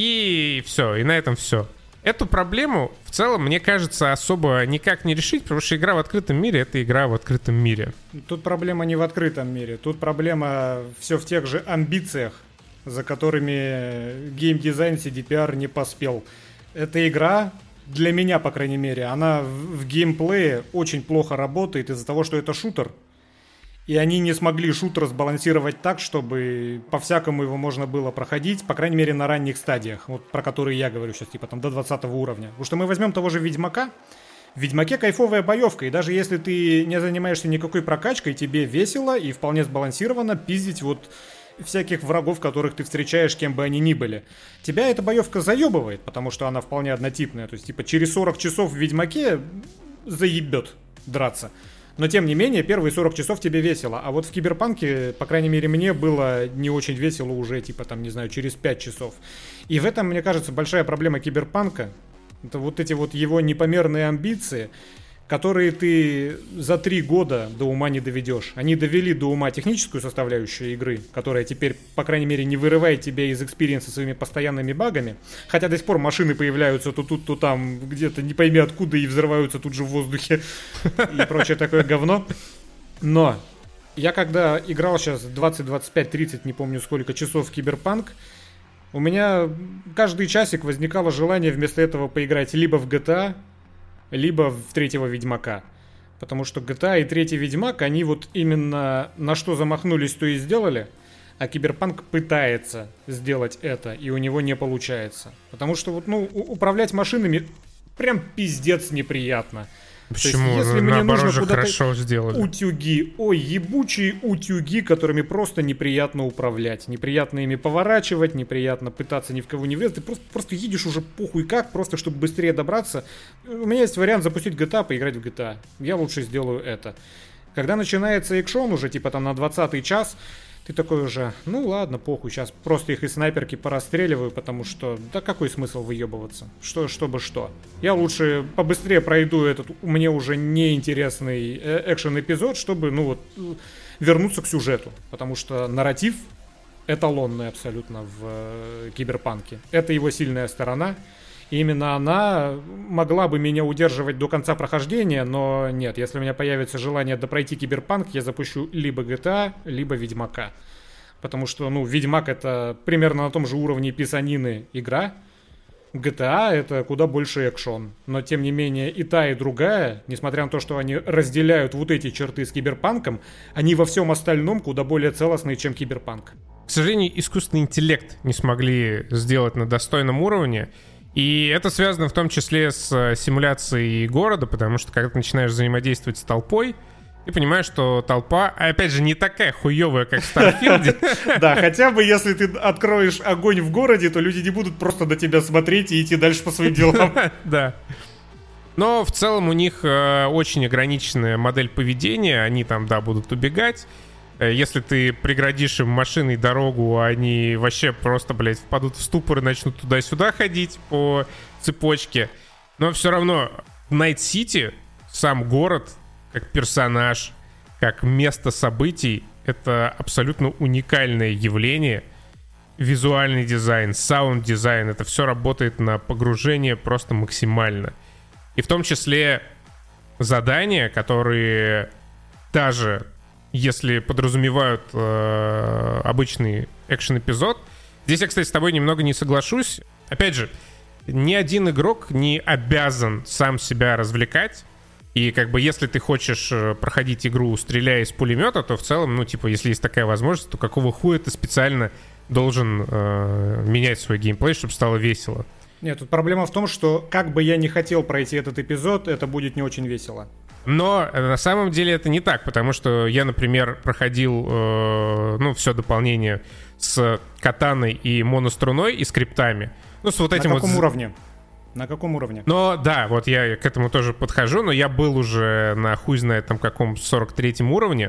и все, и на этом все. Эту проблему, в целом, мне кажется, особо никак не решить, потому что игра в открытом мире — это игра в открытом мире. Тут проблема не в открытом мире, тут проблема все в тех же амбициях, за которыми геймдизайн си ди пи ар не поспел. Эта игра, для меня, по крайней мере, она в геймплее очень плохо работает из-за того, что это шутер. И они не смогли шутер сбалансировать так, чтобы по-всякому его можно было проходить, по крайней мере, на ранних стадиях, вот про которые я говорю сейчас, типа там до двадцатого уровня. Потому что мы возьмем того же Ведьмака. В Ведьмаке кайфовая боевка, и даже если ты не занимаешься никакой прокачкой, тебе весело и вполне сбалансированно пиздить вот всяких врагов, которых ты встречаешь, кем бы они ни были. Тебя эта боевка заебывает, потому что она вполне однотипная. То есть, типа, через сорок часов в Ведьмаке заебет драться. Но, тем не менее, первые сорок часов тебе весело. А вот в Киберпанке, по крайней мере, мне было не очень весело уже, типа, там, не знаю, через пять часов. И в этом, мне кажется, большая проблема Киберпанка. Это вот эти вот его непомерные амбиции, которые ты за три года до ума не доведешь. Они довели до ума техническую составляющую игры, которая теперь, по крайней мере, не вырывает тебя из экспириенса своими постоянными багами. Хотя до сих пор машины появляются то тут, то там, где-то не пойми откуда, и взрываются тут же в воздухе и прочее такое говно. Но я когда играл сейчас двадцать, двадцать пять, тридцать, не помню сколько часов в Киберпанк, у меня каждый часик возникало желание вместо этого поиграть либо в джи ти эй, либо в третьего Ведьмака. Потому что джи ти эй и третий Ведьмак, они вот именно на что замахнулись, то и сделали. А Киберпанк пытается сделать это, и у него не получается. Потому что вот, ну, управлять машинами прям пиздец неприятно. Почему? То есть, если ну, мне наоборот нужно же куда-то хорошо сделали. утюги, ой, ебучие утюги, которыми просто неприятно управлять, неприятно ими поворачивать, неприятно пытаться ни в кого не влезть, ты просто, просто едешь уже похуй как, просто чтобы быстрее добраться. У меня есть вариант запустить джи ти эй, поиграть в джи ти эй. Я лучше сделаю это. Когда начинается экшон уже, типа там на двадцатый час, ты такой уже, ну ладно, похуй, сейчас просто их из снайперки порастреливаю, потому что, да какой смысл выебываться? Что, чтобы что? Я лучше побыстрее пройду этот, мне уже неинтересный экшен-эпизод, чтобы, ну вот, вернуться к сюжету. Потому что нарратив эталонный абсолютно в э, Киберпанке. Это его сильная сторона. И именно она могла бы меня удерживать до конца прохождения, но нет, если у меня появится желание допройти Киберпанк, я запущу либо джи ти эй, либо Ведьмака. Потому что, ну, Ведьмак — это примерно на том же уровне писанины игра. джи ти эй — это куда больше экшон. Но, тем не менее, и та, и другая, несмотря на то, что они разделяют вот эти черты с Киберпанком, они во всем остальном куда более целостные, чем Киберпанк. К сожалению, искусственный интеллект не смогли сделать на достойном уровне. И это связано в том числе с симуляцией города, потому что когда ты начинаешь взаимодействовать с толпой, ты понимаешь, что толпа, опять же, не такая хуевая, как в Старфилде. Да, хотя бы если ты откроешь огонь в городе, то люди не будут просто на тебя смотреть и идти дальше по своим делам. Да. Но в целом у них очень ограниченная модель поведения, они там, да, будут убегать. Если ты преградишь им машиной дорогу, они вообще просто, блядь, впадут в ступор и начнут туда-сюда ходить по цепочке. Но все равно Найт-Сити, сам город, как персонаж, как место событий, это абсолютно уникальное явление. Визуальный дизайн, саунд-дизайн, это все работает на погружение просто максимально. И в том числе задания, которые даже... если подразумевают э, обычный экшен-эпизод. Здесь я, кстати, с тобой немного не соглашусь. Опять же, ни один игрок не обязан сам себя развлекать. И как бы если ты хочешь проходить игру, стреляя из пулемета, то в целом, ну типа, если есть такая возможность, то какого хуя ты специально должен э, менять свой геймплей, чтобы стало весело? Нет, тут проблема в том, что как бы я не хотел пройти этот эпизод, это будет не очень весело. Но на самом деле это не так, потому что я, например, проходил э, ну, все дополнение с катаной и моноструной и скриптами. Ну, с вот этим На каком вот... уровне? На каком уровне? Но да, вот я к этому тоже подхожу, но я был уже на хуй знает там каком сорок третьем уровне.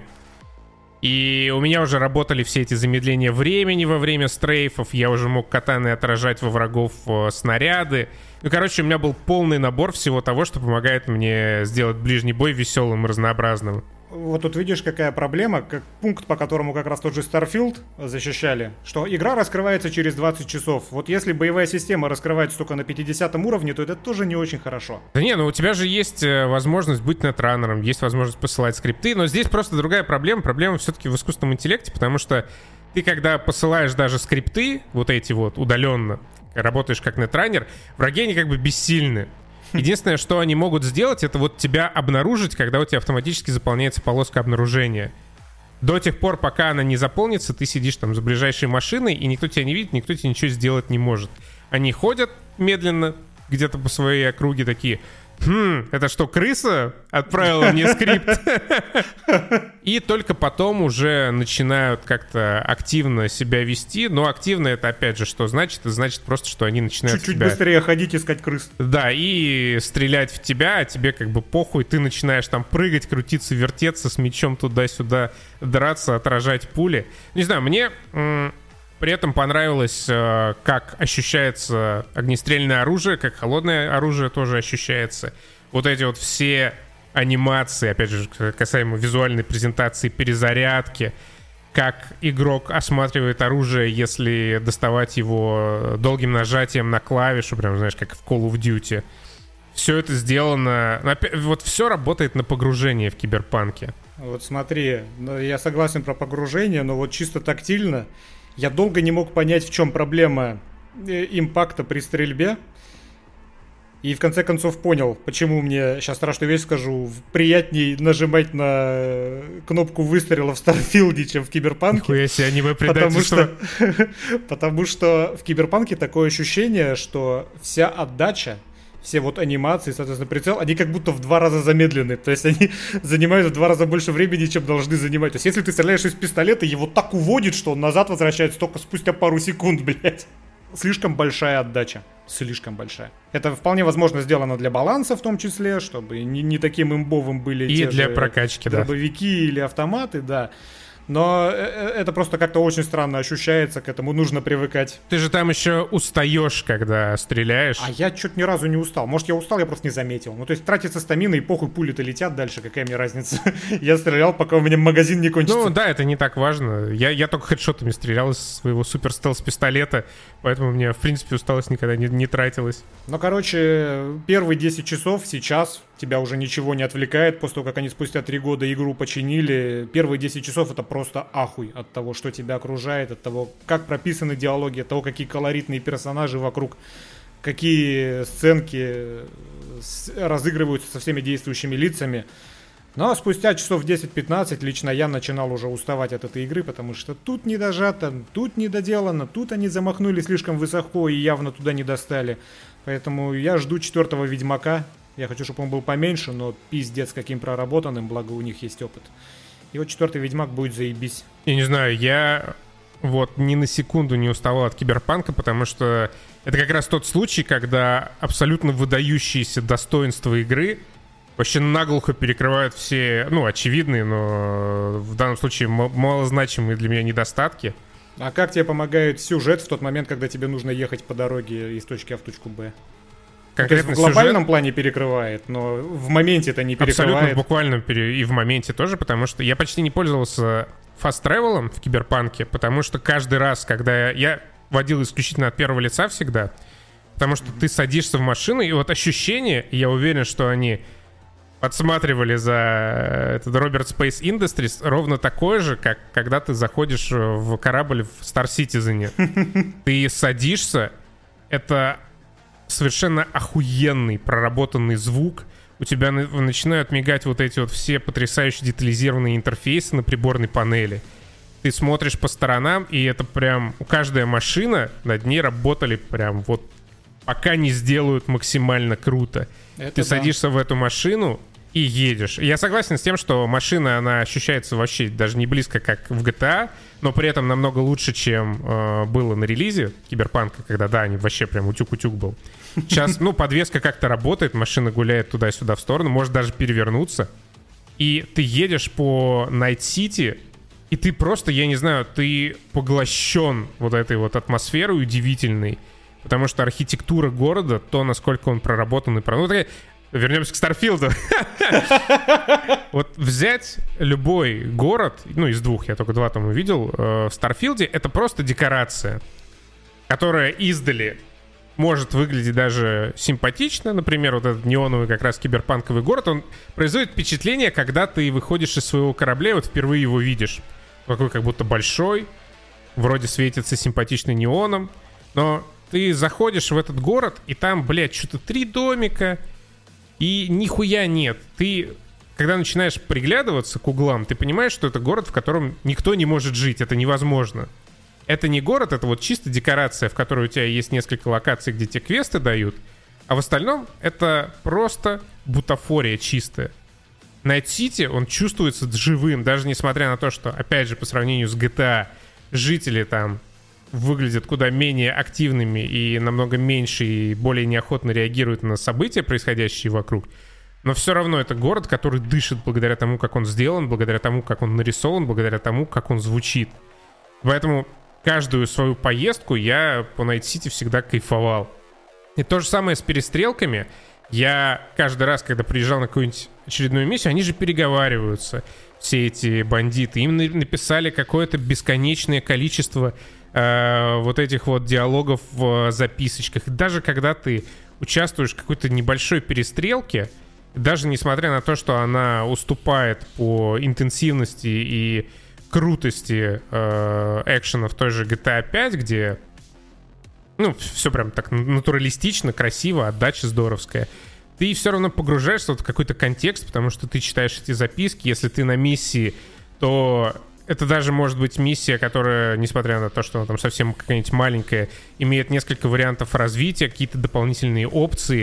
И у меня уже работали все эти замедления времени во время стрейфов. Я уже мог катаной отражать во врагов э, снаряды. Ну, короче, у меня был полный набор всего того, что помогает мне сделать ближний бой веселым и разнообразным. Вот тут видишь, какая проблема, как пункт, по которому как раз тот же Starfield защищали, что игра раскрывается через двадцать часов. Вот если боевая система раскрывается только на пятидесятом уровне, то это тоже не очень хорошо. Да не, ну у тебя же есть возможность быть нетранером, есть возможность посылать скрипты, но здесь просто другая проблема. Проблема все-таки в искусственном интеллекте, потому что ты, когда посылаешь даже скрипты, вот эти вот, удаленно, работаешь как нетранер, враги, они как бы бессильны. Единственное, что они могут сделать, это вот тебя обнаружить, когда у тебя автоматически заполняется полоска обнаружения. До тех пор, пока она не заполнится, ты сидишь там за ближайшей машиной, и никто тебя не видит, никто тебе ничего сделать не может. Они ходят медленно где-то по своей округе такие: «Хм, это что, крыса отправила мне скрипт?» И только потом уже начинают как-то активно себя вести. Но активно это, опять же, что значит? Это значит просто, что они начинают чуть-чуть тебя... быстрее ходить, искать крыс. Да, и стрелять в тебя, а тебе как бы похуй. Ты начинаешь там прыгать, крутиться, вертеться с мечом туда-сюда, драться, отражать пули. Не знаю, мне... М- При этом понравилось, как ощущается огнестрельное оружие, как холодное оружие тоже ощущается. Вот эти вот все анимации, опять же, касаемо визуальной презентации, перезарядки, как игрок осматривает оружие, если доставать его долгим нажатием на клавишу, прям, знаешь, как в Call of Duty. Все это сделано... Вот все работает на погружение в Киберпанке. Вот смотри, я согласен про погружение, но вот чисто тактильно... Я долго не мог понять, в чем проблема импакта при стрельбе. И в конце концов понял, почему мне, сейчас страшную вещь скажу, приятней нажимать на кнопку выстрела в Старфилде, чем в Киберпанке. Нихуя себе аниме-предательство. Потому что в Киберпанке такое ощущение, что вся отдача, все вот анимации, соответственно, прицел, они как будто в два раза замедлены. То есть они занимают в два раза больше времени, чем должны занимать. То есть если ты стреляешь из пистолета, его так уводит, что он назад возвращается только спустя пару секунд, блядь. Слишком большая отдача. Слишком большая. Это вполне возможно сделано для баланса в том числе, чтобы не, не таким имбовым были и те для же прокачки, дробовики да. или автоматы, да. Но это просто как-то очень странно ощущается, к этому нужно привыкать. Ты же там еще устаешь, когда стреляешь. А я что-то ни разу не устал. Может, я устал, я просто не заметил. Ну, то есть тратится стамина, и похуй, пули-то летят дальше, какая мне разница. Я стрелял, пока у меня магазин не кончится. Ну да, это не так важно. Я, я только хедшотами стрелял из своего супер стелс пистолета, поэтому мне, в принципе, усталость никогда не, не тратилась. Ну, короче, первые десять часов сейчас тебя уже ничего не отвлекает. После того, как они спустя три года игру починили, первые десять часов это просто ахуй от того, что тебя окружает, от того, как прописаны диалоги, от того, какие колоритные персонажи вокруг, какие сценки разыгрываются со всеми действующими лицами. Но спустя часов десять-пятнадцать лично я начинал уже уставать от этой игры, потому что тут не дожато, тут не доделано, тут они замахнули слишком высоко и явно туда не достали. Поэтому я жду четвертого Ведьмака. Я хочу, чтобы он был поменьше, но пиздец каким проработанным, благо у них есть опыт. И вот четвертый Ведьмак будет заебись. Я не знаю, я вот ни на секунду не уставал от Киберпанка, потому что это как раз тот случай, когда абсолютно выдающиеся достоинства игры вообще наглухо перекрывают все, ну, очевидные, но в данном случае малозначимые для меня недостатки. А как тебе помогает сюжет в тот момент, когда тебе нужно ехать по дороге из точки А в точку Б? Конкретно в глобальном сюжет плане перекрывает, но в моменте это не перекрывает. Абсолютно в буквальном пере... и в моменте тоже, потому что я почти не пользовался фаст-тревелом в Киберпанке, потому что каждый раз, когда я... я водил исключительно от первого лица всегда, потому что ты садишься в машину, и вот ощущение, я уверен, что они подсматривали за этот Роберт Space Industries, ровно такое же, как когда ты заходишь в корабль в Star Citizen. Ты садишься, это совершенно охуенный проработанный звук. У тебя на- начинают мигать вот эти вот все потрясающе детализированные интерфейсы на приборной панели. Ты смотришь по сторонам, и это прям... Каждая машина, над ней работали прям вот пока не сделают максимально круто. Это ты да. садишься в эту машину и едешь. Я согласен с тем, что машина, она ощущается вообще даже не близко, как в джи ти эй, но при этом намного лучше, чем э, было на релизе Киберпанка, когда, да, они вообще прям утюг-утюг был. Сейчас, ну, подвеска как-то работает, машина гуляет туда-сюда в сторону, может даже перевернуться. И ты едешь по Найт-Сити, и ты просто, я не знаю, ты поглощен вот этой вот атмосферой удивительной, потому что архитектура города, то, насколько он проработан и проработан... Вернемся к Старфилду. Вот взять любой город, ну, из двух, я только два там увидел, в Старфилде, это просто декорация, которая издали может выглядеть даже симпатично. Например, вот этот неоновый как раз киберпанковый город, он производит впечатление, когда ты выходишь из своего корабля и вот впервые его видишь. Такой как будто большой, вроде светится симпатичным неоном, но ты заходишь в этот город, и там, блядь, что-то три домика, и нихуя нет. Ты, когда начинаешь приглядываться к углам, ты понимаешь, что это город, в котором никто не может жить. Это невозможно. Это не город, это вот чисто декорация, в которой у тебя есть несколько локаций, где тебе квесты дают. А в остальном это просто бутафория чистая. Найт-Сити, он чувствуется живым, даже несмотря на то, что, опять же, по сравнению с джи ти эй, жители там выглядят куда менее активными и намного меньше и более неохотно реагируют на события, происходящие вокруг. Но все равно это город, который дышит благодаря тому, как он сделан, благодаря тому, как он нарисован, благодаря тому, как он звучит. Поэтому каждую свою поездку я по Найт-Сити всегда кайфовал. И то же самое с перестрелками. Я каждый раз, когда приезжал на какую-нибудь очередную миссию, они же переговариваются, все эти бандиты. Им написали какое-то бесконечное количество вот этих вот диалогов в записочках. И даже когда ты участвуешь в какой-то небольшой перестрелке, даже несмотря на то, что она уступает по интенсивности и крутости э, экшена в той же джи ти эй пять, где ну, все прям так натуралистично, красиво, отдача здоровская, ты все равно погружаешься вот в какой-то контекст, потому что ты читаешь эти записки. Если ты на миссии, то это даже может быть миссия, которая, несмотря на то, что она там совсем какая-нибудь маленькая, имеет несколько вариантов развития, какие-то дополнительные опции.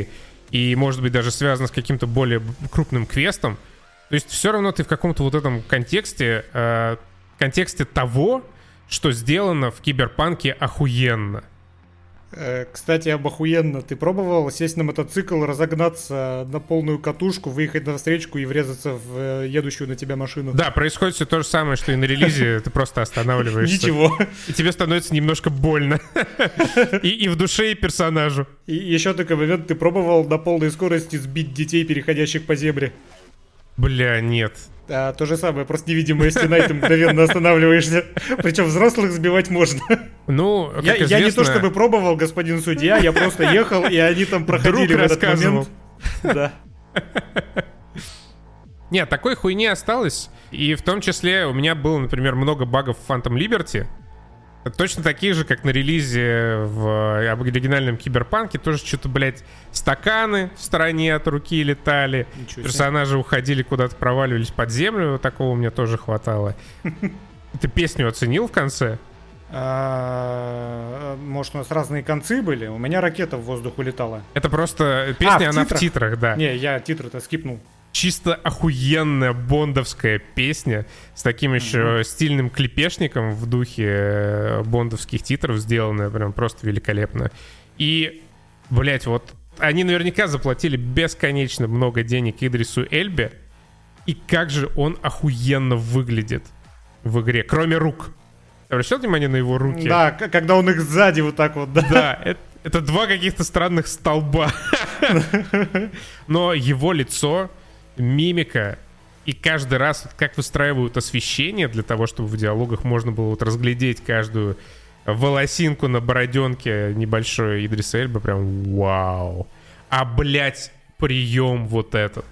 и, может быть, даже связано с каким-то более крупным квестом. То есть все равно ты в каком-то вот этом контексте, э, контексте того, что сделано в Киберпанке охуенно. Кстати, об охуенно. Ты пробовал сесть на мотоцикл, разогнаться на полную катушку, выехать на встречку и врезаться в едущую на тебя машину? Да, происходит все то же самое, что и на релизе. Ты просто останавливаешься. Ничего. И тебе становится немножко больно. И, и в душе, и персонажу. И еще такой момент. Ты пробовал на полной скорости сбить детей, переходящих по зебре? Бля, нет. А, то же самое, просто невидимая стена, и ты мгновенно останавливаешься. Причем взрослых сбивать можно. Ну, как я, известно... я не то чтобы пробовал, господин судья, я просто ехал, и они там проходили Друг в этот момент. Да. Нет, такой хуйни осталось. И в том числе у меня было, например, много багов в Phantom Liberty. Точно такие же, как на релизе в оригинальном Киберпанке. Тоже что-то, блядь, стаканы в стороне от руки летали. Персонажи уходили куда-то, проваливались под землю. Такого мне тоже хватало. Ты песню оценил в конце? А, может, у нас разные концы были? У меня ракета в воздух улетала. Это просто песня, а, она в титрах, да. Не, я титры-то скипнул. Чисто охуенная бондовская песня с таким еще mm-hmm. стильным клипешником в духе бондовских титров, сделанная прям просто великолепно. И, блять, вот они наверняка заплатили бесконечно много денег Идрису Эльбе, и как же он охуенно выглядит в игре, кроме рук. Ты обращал внимание на его руки? Да, когда он их сзади вот так вот, да. Да, это, это два каких-то странных столба. Но его лицо, мимика и каждый раз, как выстраивают освещение для того, чтобы в диалогах можно было вот разглядеть каждую волосинку на бороденке небольшой Идриса Эльбы, прям вау. А, блять, прием вот этот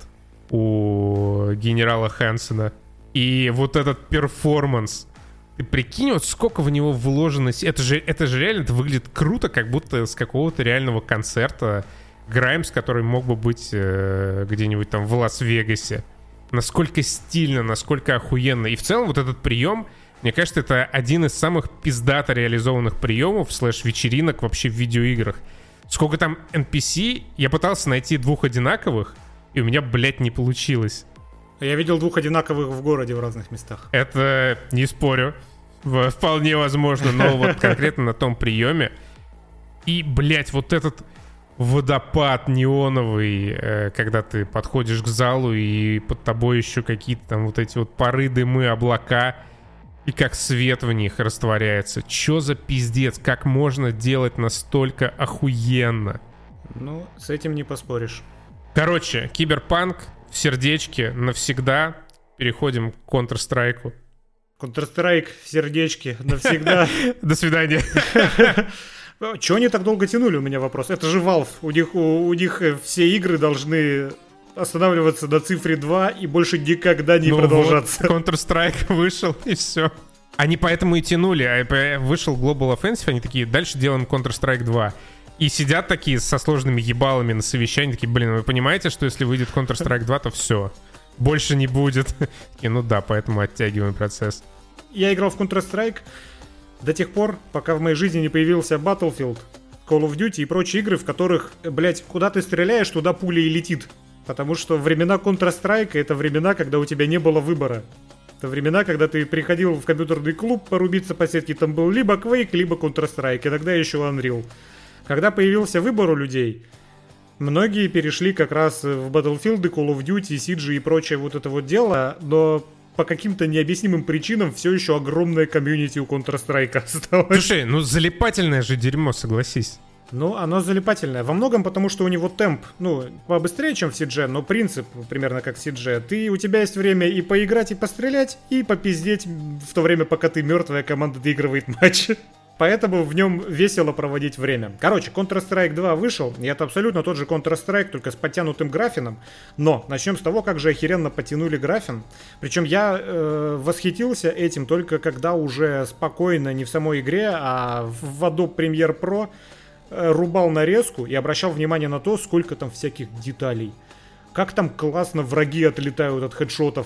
у генерала Хэнсона и вот этот перформанс. Ты прикинь, вот сколько в него вложено. Это же, это же реально это выглядит круто, как будто с какого-то реального концерта Граймс, который мог бы быть э, где-нибудь там в Лас-Вегасе. Насколько стильно, насколько охуенно. И в целом вот этот прием, мне кажется, это один из самых пиздато реализованных приемов слэш-вечеринок вообще в видеоиграх. Сколько там эн пи си, я пытался найти двух одинаковых, и у меня, блядь, не получилось. Я видел двух одинаковых в городе в разных местах. Это не спорю. Вполне возможно, но вот конкретно на том приеме. И, блядь, вот этот водопад неоновый, э, когда ты подходишь к залу, и под тобой еще какие-то там вот эти вот пары, дымы, облака, и как свет в них растворяется. Чё за пиздец? Как можно делать настолько охуенно? Ну, с этим не поспоришь. Короче, Киберпанк в сердечке навсегда. Переходим к Counter-Strike. Counter-Strike в сердечке навсегда. До свидания. Чего они так долго тянули, у меня вопрос. Это же Valve. У них, у, у них все игры должны останавливаться на цифре два и больше никогда не ну продолжаться. Вот, Counter-Strike вышел, и все. Они поэтому и тянули. Вышел Global Offensive, они такие, дальше делаем Counter-Strike два. И сидят такие со сложными ебалами на совещании, такие, блин, вы понимаете, что если выйдет Counter-Strike два, то все. Больше не будет. И ну да, поэтому оттягиваем процесс. Я играл в Counter-Strike до тех пор, пока в моей жизни не появился Battlefield, Call of Duty и прочие игры, в которых, блять, куда ты стреляешь, туда пуля и летит. Потому что времена Counter-Strike — это времена, когда у тебя не было выбора. Это времена, когда ты приходил в компьютерный клуб порубиться по сетке, там был либо Quake, либо Counter-Strike, иногда еще Unreal. Когда появился выбор у людей, многие перешли как раз в Battlefield, Call of Duty, си джи и прочее вот это вот дело, но по каким-то необъяснимым причинам все еще огромное комьюнити у Counter-Strike осталось. Слушай, ну залипательное же дерьмо, согласись. Ну, оно залипательное. Во многом потому, что у него темп, ну, побыстрее, чем в си джи, но принцип примерно как в си джи. Ты, у тебя есть время и поиграть, и пострелять, и попиздеть в то время, пока ты мертвая команда доигрывает матч. Поэтому в нем весело проводить время. Короче, Counter-Strike два вышел, и это абсолютно тот же Counter-Strike, только с подтянутым графином. Но начнем с того, как же охеренно потянули графин. Причем я э, восхитился этим только когда уже спокойно, не в самой игре, а в Adobe Premiere Pro э, рубал нарезку и обращал внимание на то, сколько там всяких деталей. Как там классно враги отлетают от хедшотов.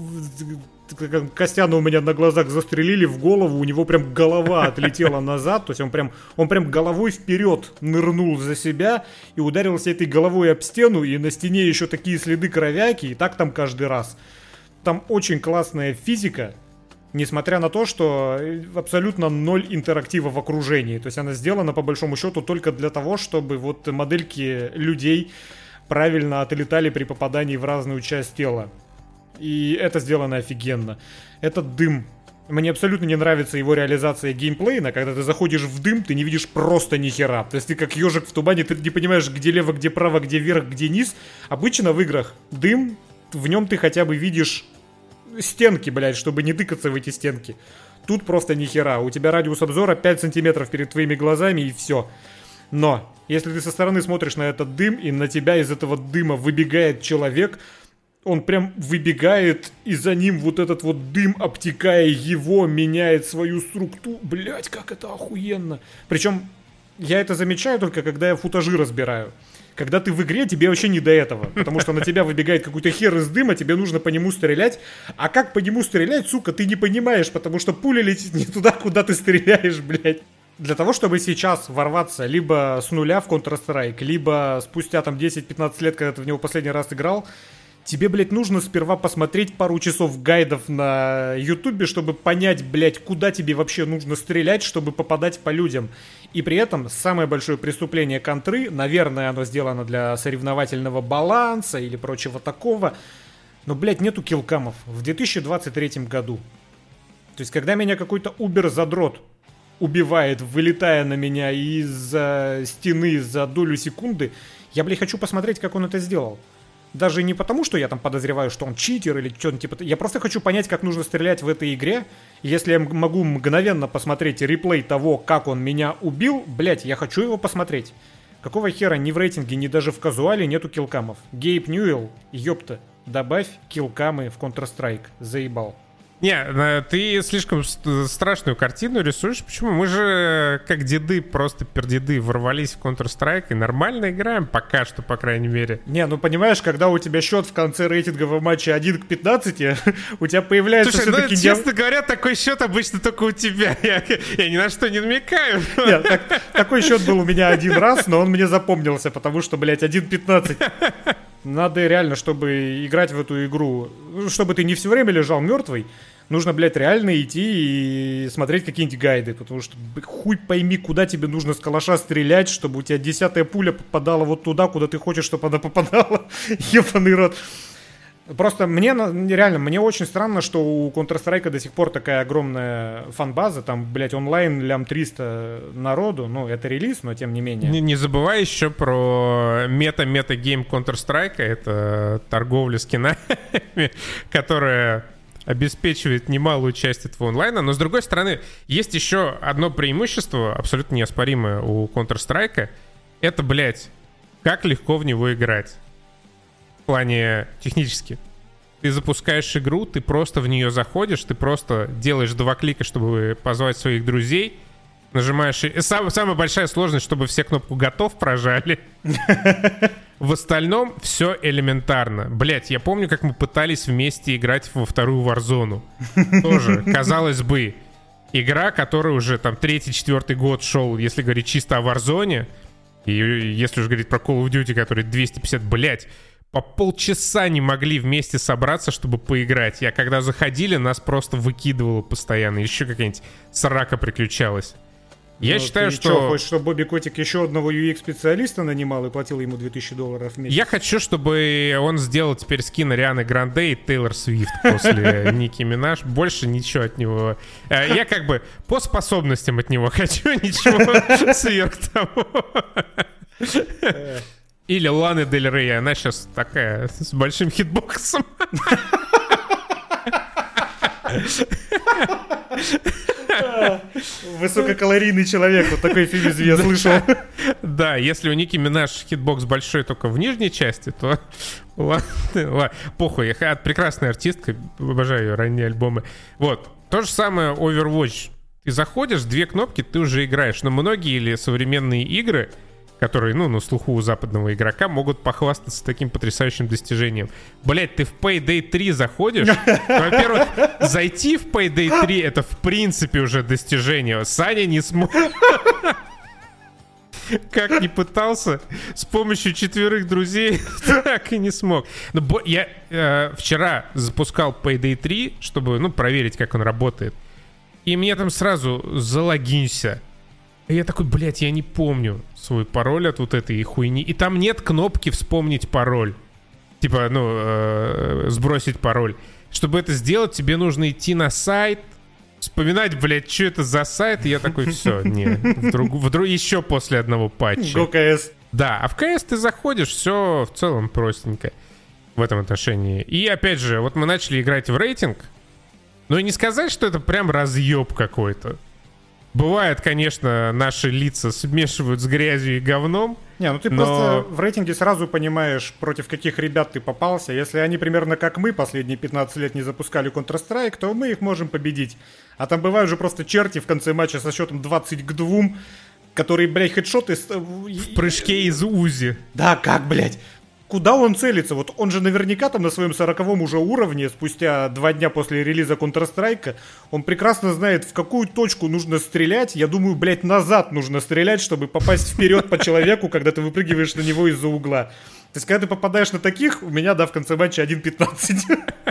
Костяна у меня на глазах застрелили в голову, у него прям голова отлетела назад, то есть он прям, он прям головой вперед нырнул за себя и ударился этой головой об стену, и на стене еще такие следы кровяки, и так там каждый раз. Там очень классная физика, несмотря на то, что абсолютно ноль интерактива в окружении, то есть она сделана по большому счету только для того, чтобы вот модельки людей правильно отлетали при попадании в разную часть тела. И это сделано офигенно. Этот дым. Мне абсолютно не нравится его реализация геймплейна. Когда ты заходишь в дым, ты не видишь просто ни хера. То есть ты как ежик в тумане, ты не понимаешь, где лево, где право, где вверх, где низ. Обычно в играх дым, в нем ты хотя бы видишь стенки, блядь, чтобы не тыкаться в эти стенки. Тут просто ни хера. У тебя радиус обзора пять сантиметров перед твоими глазами и все. Но если ты со стороны смотришь на этот дым, и на тебя из этого дыма выбегает человек, он прям выбегает, и за ним вот этот вот дым, обтекая его, меняет свою структуру. Блять, как это охуенно. Причем я это замечаю только, когда я футажи разбираю. Когда ты в игре, тебе вообще не до этого. Потому что на тебя выбегает какой-то хер из дыма, тебе нужно по нему стрелять. А как по нему стрелять, сука, ты не понимаешь, потому что пуля летит не туда, куда ты стреляешь, блять. Для того, чтобы сейчас ворваться либо с нуля в Counter-Strike, либо спустя там десять-пятнадцать лет, когда ты в него последний раз играл, тебе, блядь, нужно сперва посмотреть пару часов гайдов на Ютубе, чтобы понять, блядь, куда тебе вообще нужно стрелять, чтобы попадать по людям. И при этом самое большое преступление контры, наверное, оно сделано для соревновательного баланса или прочего такого, но, блядь, нету киллкамов в две тысячи двадцать третьем году. То есть, когда меня какой-то убер-задрот убивает, вылетая на меня из-за стены за долю секунды, я, блядь, хочу посмотреть, как он это сделал. Даже не потому, что я там подозреваю, что он читер или что-то типа... Я просто хочу понять, как нужно стрелять в этой игре. Если я могу мгновенно посмотреть реплей того, как он меня убил, блять, я хочу его посмотреть. Какого хера ни в рейтинге, ни даже в казуале нету киллкамов? Гейб Ньюэлл, ёпта, добавь киллкамы в Counter-Strike. Заебал. Не, ты слишком страшную картину рисуешь. Почему? Мы же, как деды, просто пердеды, ворвались в Counter-Strike и нормально играем, пока что, по крайней мере. Не, ну понимаешь, когда у тебя счет в конце рейтингового матча один к пятнадцати, у тебя появляется Слушай, все-таки... ну, честно говоря, такой счет обычно только у тебя. Я, я ни на что не намекаю. Нет, так, такой счет был у меня один раз, но он мне запомнился, потому что, блядь, один к пятнадцати. Надо реально, чтобы играть в эту игру, чтобы ты не все время лежал мертвый, нужно, блядь, реально идти и смотреть какие-нибудь гайды, потому что хуй пойми, куда тебе нужно с калаша стрелять, чтобы у тебя десятая пуля попадала вот туда, куда ты хочешь, чтобы она попадала. Ебаный рот. Просто мне, реально, мне очень странно, что у Counter-Strike до сих пор такая огромная фан-база, там, блядь, онлайн лям триста народу, ну, это релиз, но тем не менее. Не, не забывай еще про мета-мета-гейм Counter-Strike, это торговля скинами, которая обеспечивает немалую часть этого онлайна, но, с другой стороны, есть еще одно преимущество, абсолютно неоспоримое у Counter-Strike, это, блядь, как легко в него играть. В плане технически. Ты запускаешь игру, ты просто в нее заходишь, ты просто делаешь два клика, чтобы позвать своих друзей, нажимаешь... Сам, самая большая сложность, чтобы все кнопку «Готов» прожали. В остальном все элементарно. Блять, я помню, как мы пытались вместе играть во вторую Warzone. Тоже, казалось бы, игра, которая уже там третий-четвертый год шел, если говорить чисто о Warzone, и если уж говорить про Call of Duty, который двести пятьдесят, блять, по полчаса не могли вместе собраться, чтобы поиграть. Я когда заходили, нас просто выкидывало постоянно. Еще какая-нибудь срака приключалась. Я ну, считаю, ты что... Что, хочешь, чтобы Бобби Котик еще одного ю экс-специалиста нанимал и платил ему две тысячи долларов в месяц? Я хочу, чтобы он сделал теперь скин Арианы Гранде и Тейлор Свифт после Ники Минаж. Больше ничего от него. Я как бы по способностям от него хочу, ничего сверх того. Или Ланы Дель Рей, она сейчас такая с большим хитбоксом. Высококалорийный человек, вот такой фильм я слышал. Да, если у Ники Минаж хитбокс большой только в нижней части, то ладно, похуй, прекрасная артистка, обожаю ее ранние альбомы. Вот, то же самое Overwatch. Ты заходишь, две кнопки, ты уже играешь. Но многие или современные игры которые, ну, на слуху у западного игрока, могут похвастаться таким потрясающим достижением. Блять, ты в Payday три заходишь? Во-первых, зайти в Payday три — это в принципе уже достижение. Саня не смог... Как ни пытался, с помощью четверых друзей так и не смог. Но бо- я э, вчера запускал Payday три, чтобы, ну, проверить, как он работает. И мне там сразу залогинься. И я такой, блядь, я не помню свой пароль от вот этой хуйни. И там нет кнопки «Вспомнить пароль». Типа, ну, э, сбросить пароль. Чтобы это сделать, тебе нужно идти на сайт, вспоминать, блядь, что это за сайт. И я такой, все, не, вдруг, вдруг еще после одного патча. Го КС. Да, а в КС ты заходишь, все в целом простенько в этом отношении. И опять же, вот мы начали играть в рейтинг, но и не сказать, что это прям разъеб какой-то. Бывает, конечно, наши лица смешивают с грязью и говном. Не, ну ты но... просто в рейтинге сразу понимаешь, против каких ребят ты попался. Если они примерно как мы последние пятнадцать лет не запускали Counter-Strike, то мы их можем победить. А там бывают же просто черти в конце матча со счетом двадцать к двум, которые, блядь, хедшоты... В прыжке из УЗИ. Да, как, блядь? Куда он целится? Вот он же наверняка там на своем сороковом уже уровне, спустя два дня после релиза Counter-Strike, он прекрасно знает, в какую точку нужно стрелять. Я думаю, блядь, назад нужно стрелять, чтобы попасть вперед по человеку, когда ты выпрыгиваешь на него из-за угла. То есть, когда ты попадаешь на таких, у меня, да, в конце матча один пятнадцать.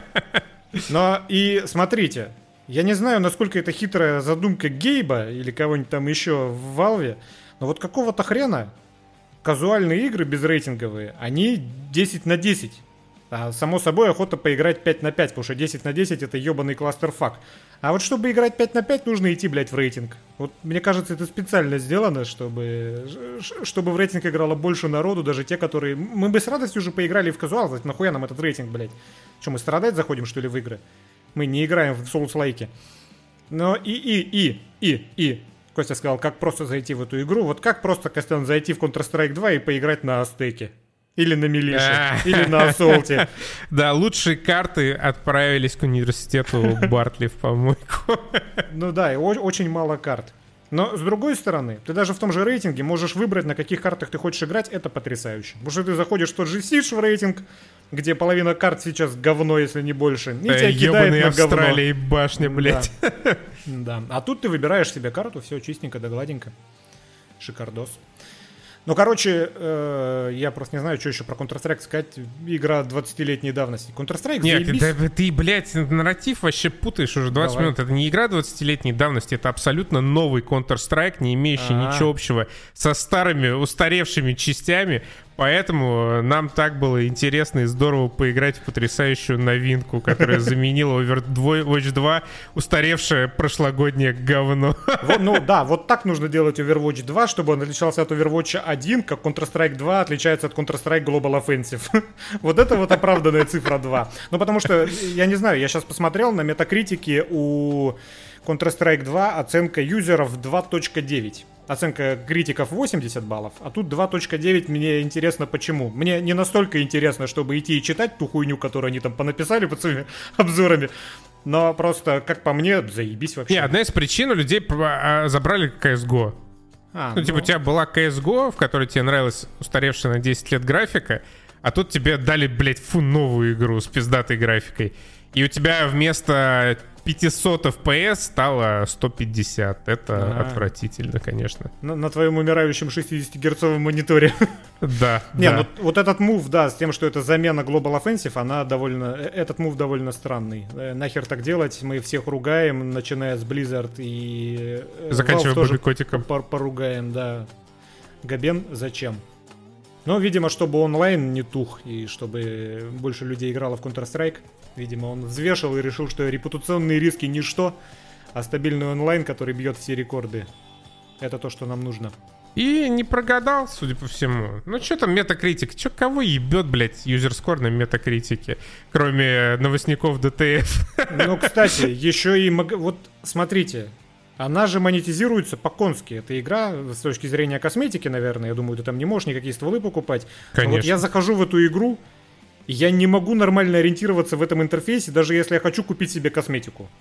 Но и смотрите, я не знаю, насколько это хитрая задумка Гейба или кого-нибудь там еще в Valve, но вот какого-то хрена казуальные игры безрейтинговые, они десять на десять. А, само собой, охота поиграть пять на пять, потому что десять на десять это ебаный кластерфак. А вот чтобы играть пять на пять, нужно идти, блядь, в рейтинг. Вот мне кажется, это специально сделано, чтобы, чтобы в рейтинг играло больше народу, даже те, которые... Мы бы с радостью уже поиграли в казуал, значит, нахуя нам этот рейтинг, блядь? Что, мы страдать заходим, что ли, в игры? Мы не играем в Souls-лайки. Но и, и, и, и, и... Костя сказал, как просто зайти в эту игру. Вот как просто, Костян, зайти в Counter-Strike два и поиграть на Астеке. Или на Милише. Или на Ассолте. Да, лучшие карты отправились к университету Бартли в помойку. Ну да, и очень мало карт. Но с другой стороны, ты даже в том же рейтинге можешь выбрать, на каких картах ты хочешь играть. Это потрясающе. Потому что ты заходишь в тот же Сидж в рейтинг, где половина карт сейчас говно, если не больше. И тебя кидает на говно. Австралия и башня, блядь. Да. Да. А тут ты выбираешь себе карту, все чистенько да гладенько. Шикардос. Ну, короче, э, я просто не знаю, что еще про Counter-Strike сказать. Игра двадцатилетней давности. Counter-Strike, Нет, заебись. ты, ты, блядь, нарратив вообще путаешь уже двадцать Давай. минут. Это не игра двадцатилетней давности, это абсолютно новый Counter-Strike, не имеющий А-а-а. ничего общего со старыми, устаревшими частями. Поэтому нам так было интересно и здорово поиграть в потрясающую новинку, которая заменила Overwatch два, устаревшее прошлогоднее говно. Вот, ну да, вот так нужно делать Overwatch два, чтобы он отличался от Overwatch один, как Counter-Strike два отличается от Counter-Strike Global Offensive. Вот это вот оправданная цифра два. Ну потому что, я не знаю, я сейчас посмотрел на метакритике, у Counter-Strike два оценка юзеров два точка девять. Оценка критиков восемьдесят баллов, а тут два точка девять. Мне интересно, почему. Мне не настолько интересно, чтобы идти и читать ту хуйню, которую они там понаписали под своими обзорами. Но просто, как по мне, заебись вообще. Не, одна из причин, у людей забрали си эс го. А, ну, ну, типа, у тебя была си эс го, в которой тебе нравилась устаревшая на десять лет графика, а тут тебе дали, блядь, фу, новую игру с пиздатой графикой. И у тебя вместо пятьсот эф пи эс стало сто пятьдесят. Это А-а-а. отвратительно, конечно. На, на твоем умирающем шестидесятигерцовом мониторе. Да. Не, да. ну вот этот мув, да, с тем, что это замена Global Offensive, она довольно... Этот мув довольно странный. Нахер так делать? Мы всех ругаем, начиная с Blizzard и... Заканчивая Бобби-котиком. Поругаем, да. Габен, зачем? Ну, видимо, чтобы онлайн не тух, и чтобы больше людей играло в Counter-Strike. Видимо, он взвешивал и решил, что репутационные риски ничто, а стабильный онлайн, который бьет все рекорды, это то, что нам нужно. И не прогадал, судя по всему. Ну, что там Metacritic? Че, кого ебет, блядь, юзерскор на Metacritic? Кроме новостников ди ти эф. Ну, кстати, еще и... Мог... Вот, смотрите... Она же монетизируется по-конски. Это игра с точки зрения косметики, наверное. Я думаю, ты там не можешь никакие стволы покупать. Конечно. Но вот я захожу в эту игру, и я не могу нормально ориентироваться в этом интерфейсе, даже если я хочу купить себе косметику.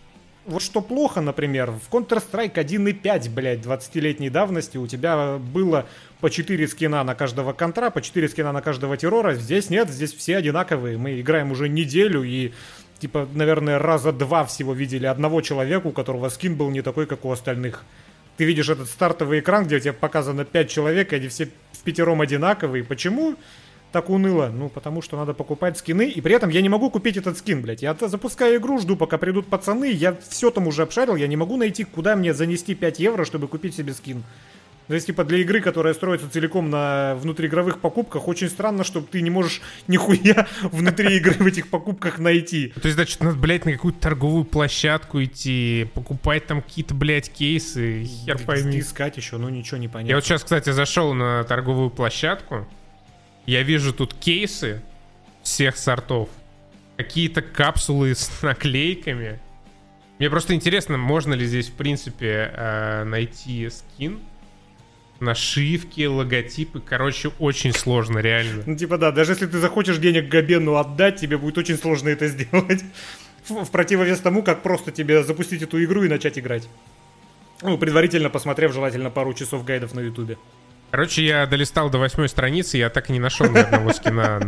вот что плохо, например, в Counter-Strike один и пять, блядь, двадцатилетней давности у тебя было по четыре скина на каждого контра, по четыре скина на каждого террора. Здесь нет, здесь все одинаковые. Мы играем уже неделю и, типа, наверное, раза два всего видели одного человека, у которого скин был не такой, как у остальных. Ты видишь этот стартовый экран, где у тебя показано пять человек, и они все в пятером одинаковые. Почему так уныло? Ну, потому что надо покупать скины, и при этом я не могу купить этот скин, блядь. Я запускаю игру, жду, пока придут пацаны, я все там уже обшарил, я не могу найти, куда мне занести пять евро, чтобы купить себе скин. То есть, типа, для игры, которая строится целиком на внутриигровых покупках, очень странно, что ты не можешь нихуя внутри игры в этих покупках найти. То есть, значит, надо, блядь, на какую-то торговую площадку идти, покупать там какие-то, блядь, кейсы, хер пойми. Искать еще, ну ничего не понятно. Я вот сейчас, кстати, зашел на торговую площадку, я вижу тут кейсы всех сортов, какие-то капсулы с наклейками. Мне просто интересно, можно ли здесь, в принципе, э, найти скин, нашивки, логотипы. Короче, очень сложно, реально. Ну, типа, да, даже если ты захочешь денег Габену отдать, тебе будет очень сложно это сделать. В, в противовес тому, как просто тебе запустить эту игру и начать играть. Ну, предварительно посмотрев, желательно, пару часов гайдов на ютубе. Короче, я долистал до восьмой страницы, я так и не нашел ни одного скина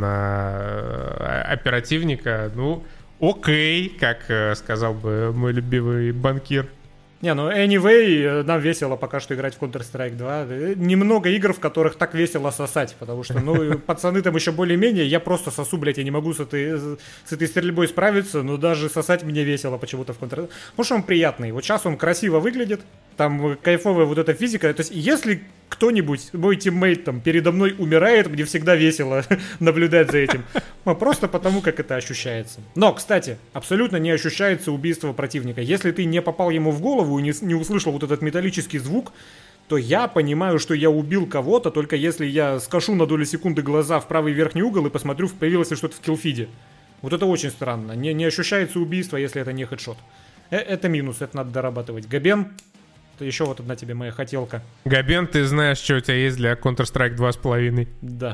на оперативника. Ну, окей, как сказал бы мой любимый банкир. Не, ну anyway, нам весело пока что играть в Counter-Strike два. Немного игр, в которых так весело сосать, потому что, ну, пацаны там еще более-менее, я просто сосу, блядь, я не могу с этой, с этой стрельбой справиться, но даже сосать мне весело почему-то в Counter-Strike. Потому что он приятный, вот сейчас он красиво выглядит, там кайфовая вот эта физика, то есть если кто-нибудь, мой тиммейт там передо мной умирает, мне всегда весело наблюдать за этим. Просто потому, как это ощущается. Но, кстати, абсолютно не ощущается убийство противника. Если ты не попал ему в голову и не, не услышал вот этот металлический звук, то я понимаю, что я убил кого-то, только если я скошу на долю секунды глаза в правый верхний угол и посмотрю, появилось ли что-то в киллфиде. Вот это очень странно. Не, не ощущается убийство, если это не хедшот. Э- это минус, это надо дорабатывать. Габен, еще вот одна тебе моя хотелка. Габен, ты знаешь, что у тебя есть для Counter-Strike два с половиной? Да.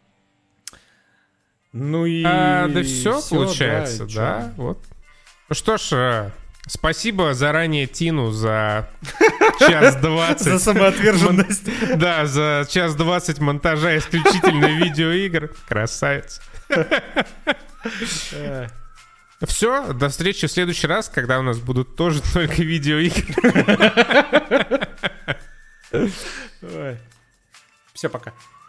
Ну и... А, да все, все получается, да, да? Вот. Ну что ж, спасибо заранее Тину за час двадцать. За самоотверженность. Да, за час двадцать монтажа исключительно видеоигр. Красавец. Все, до встречи в следующий раз, когда у нас будут тоже только видеоигры. Все, пока.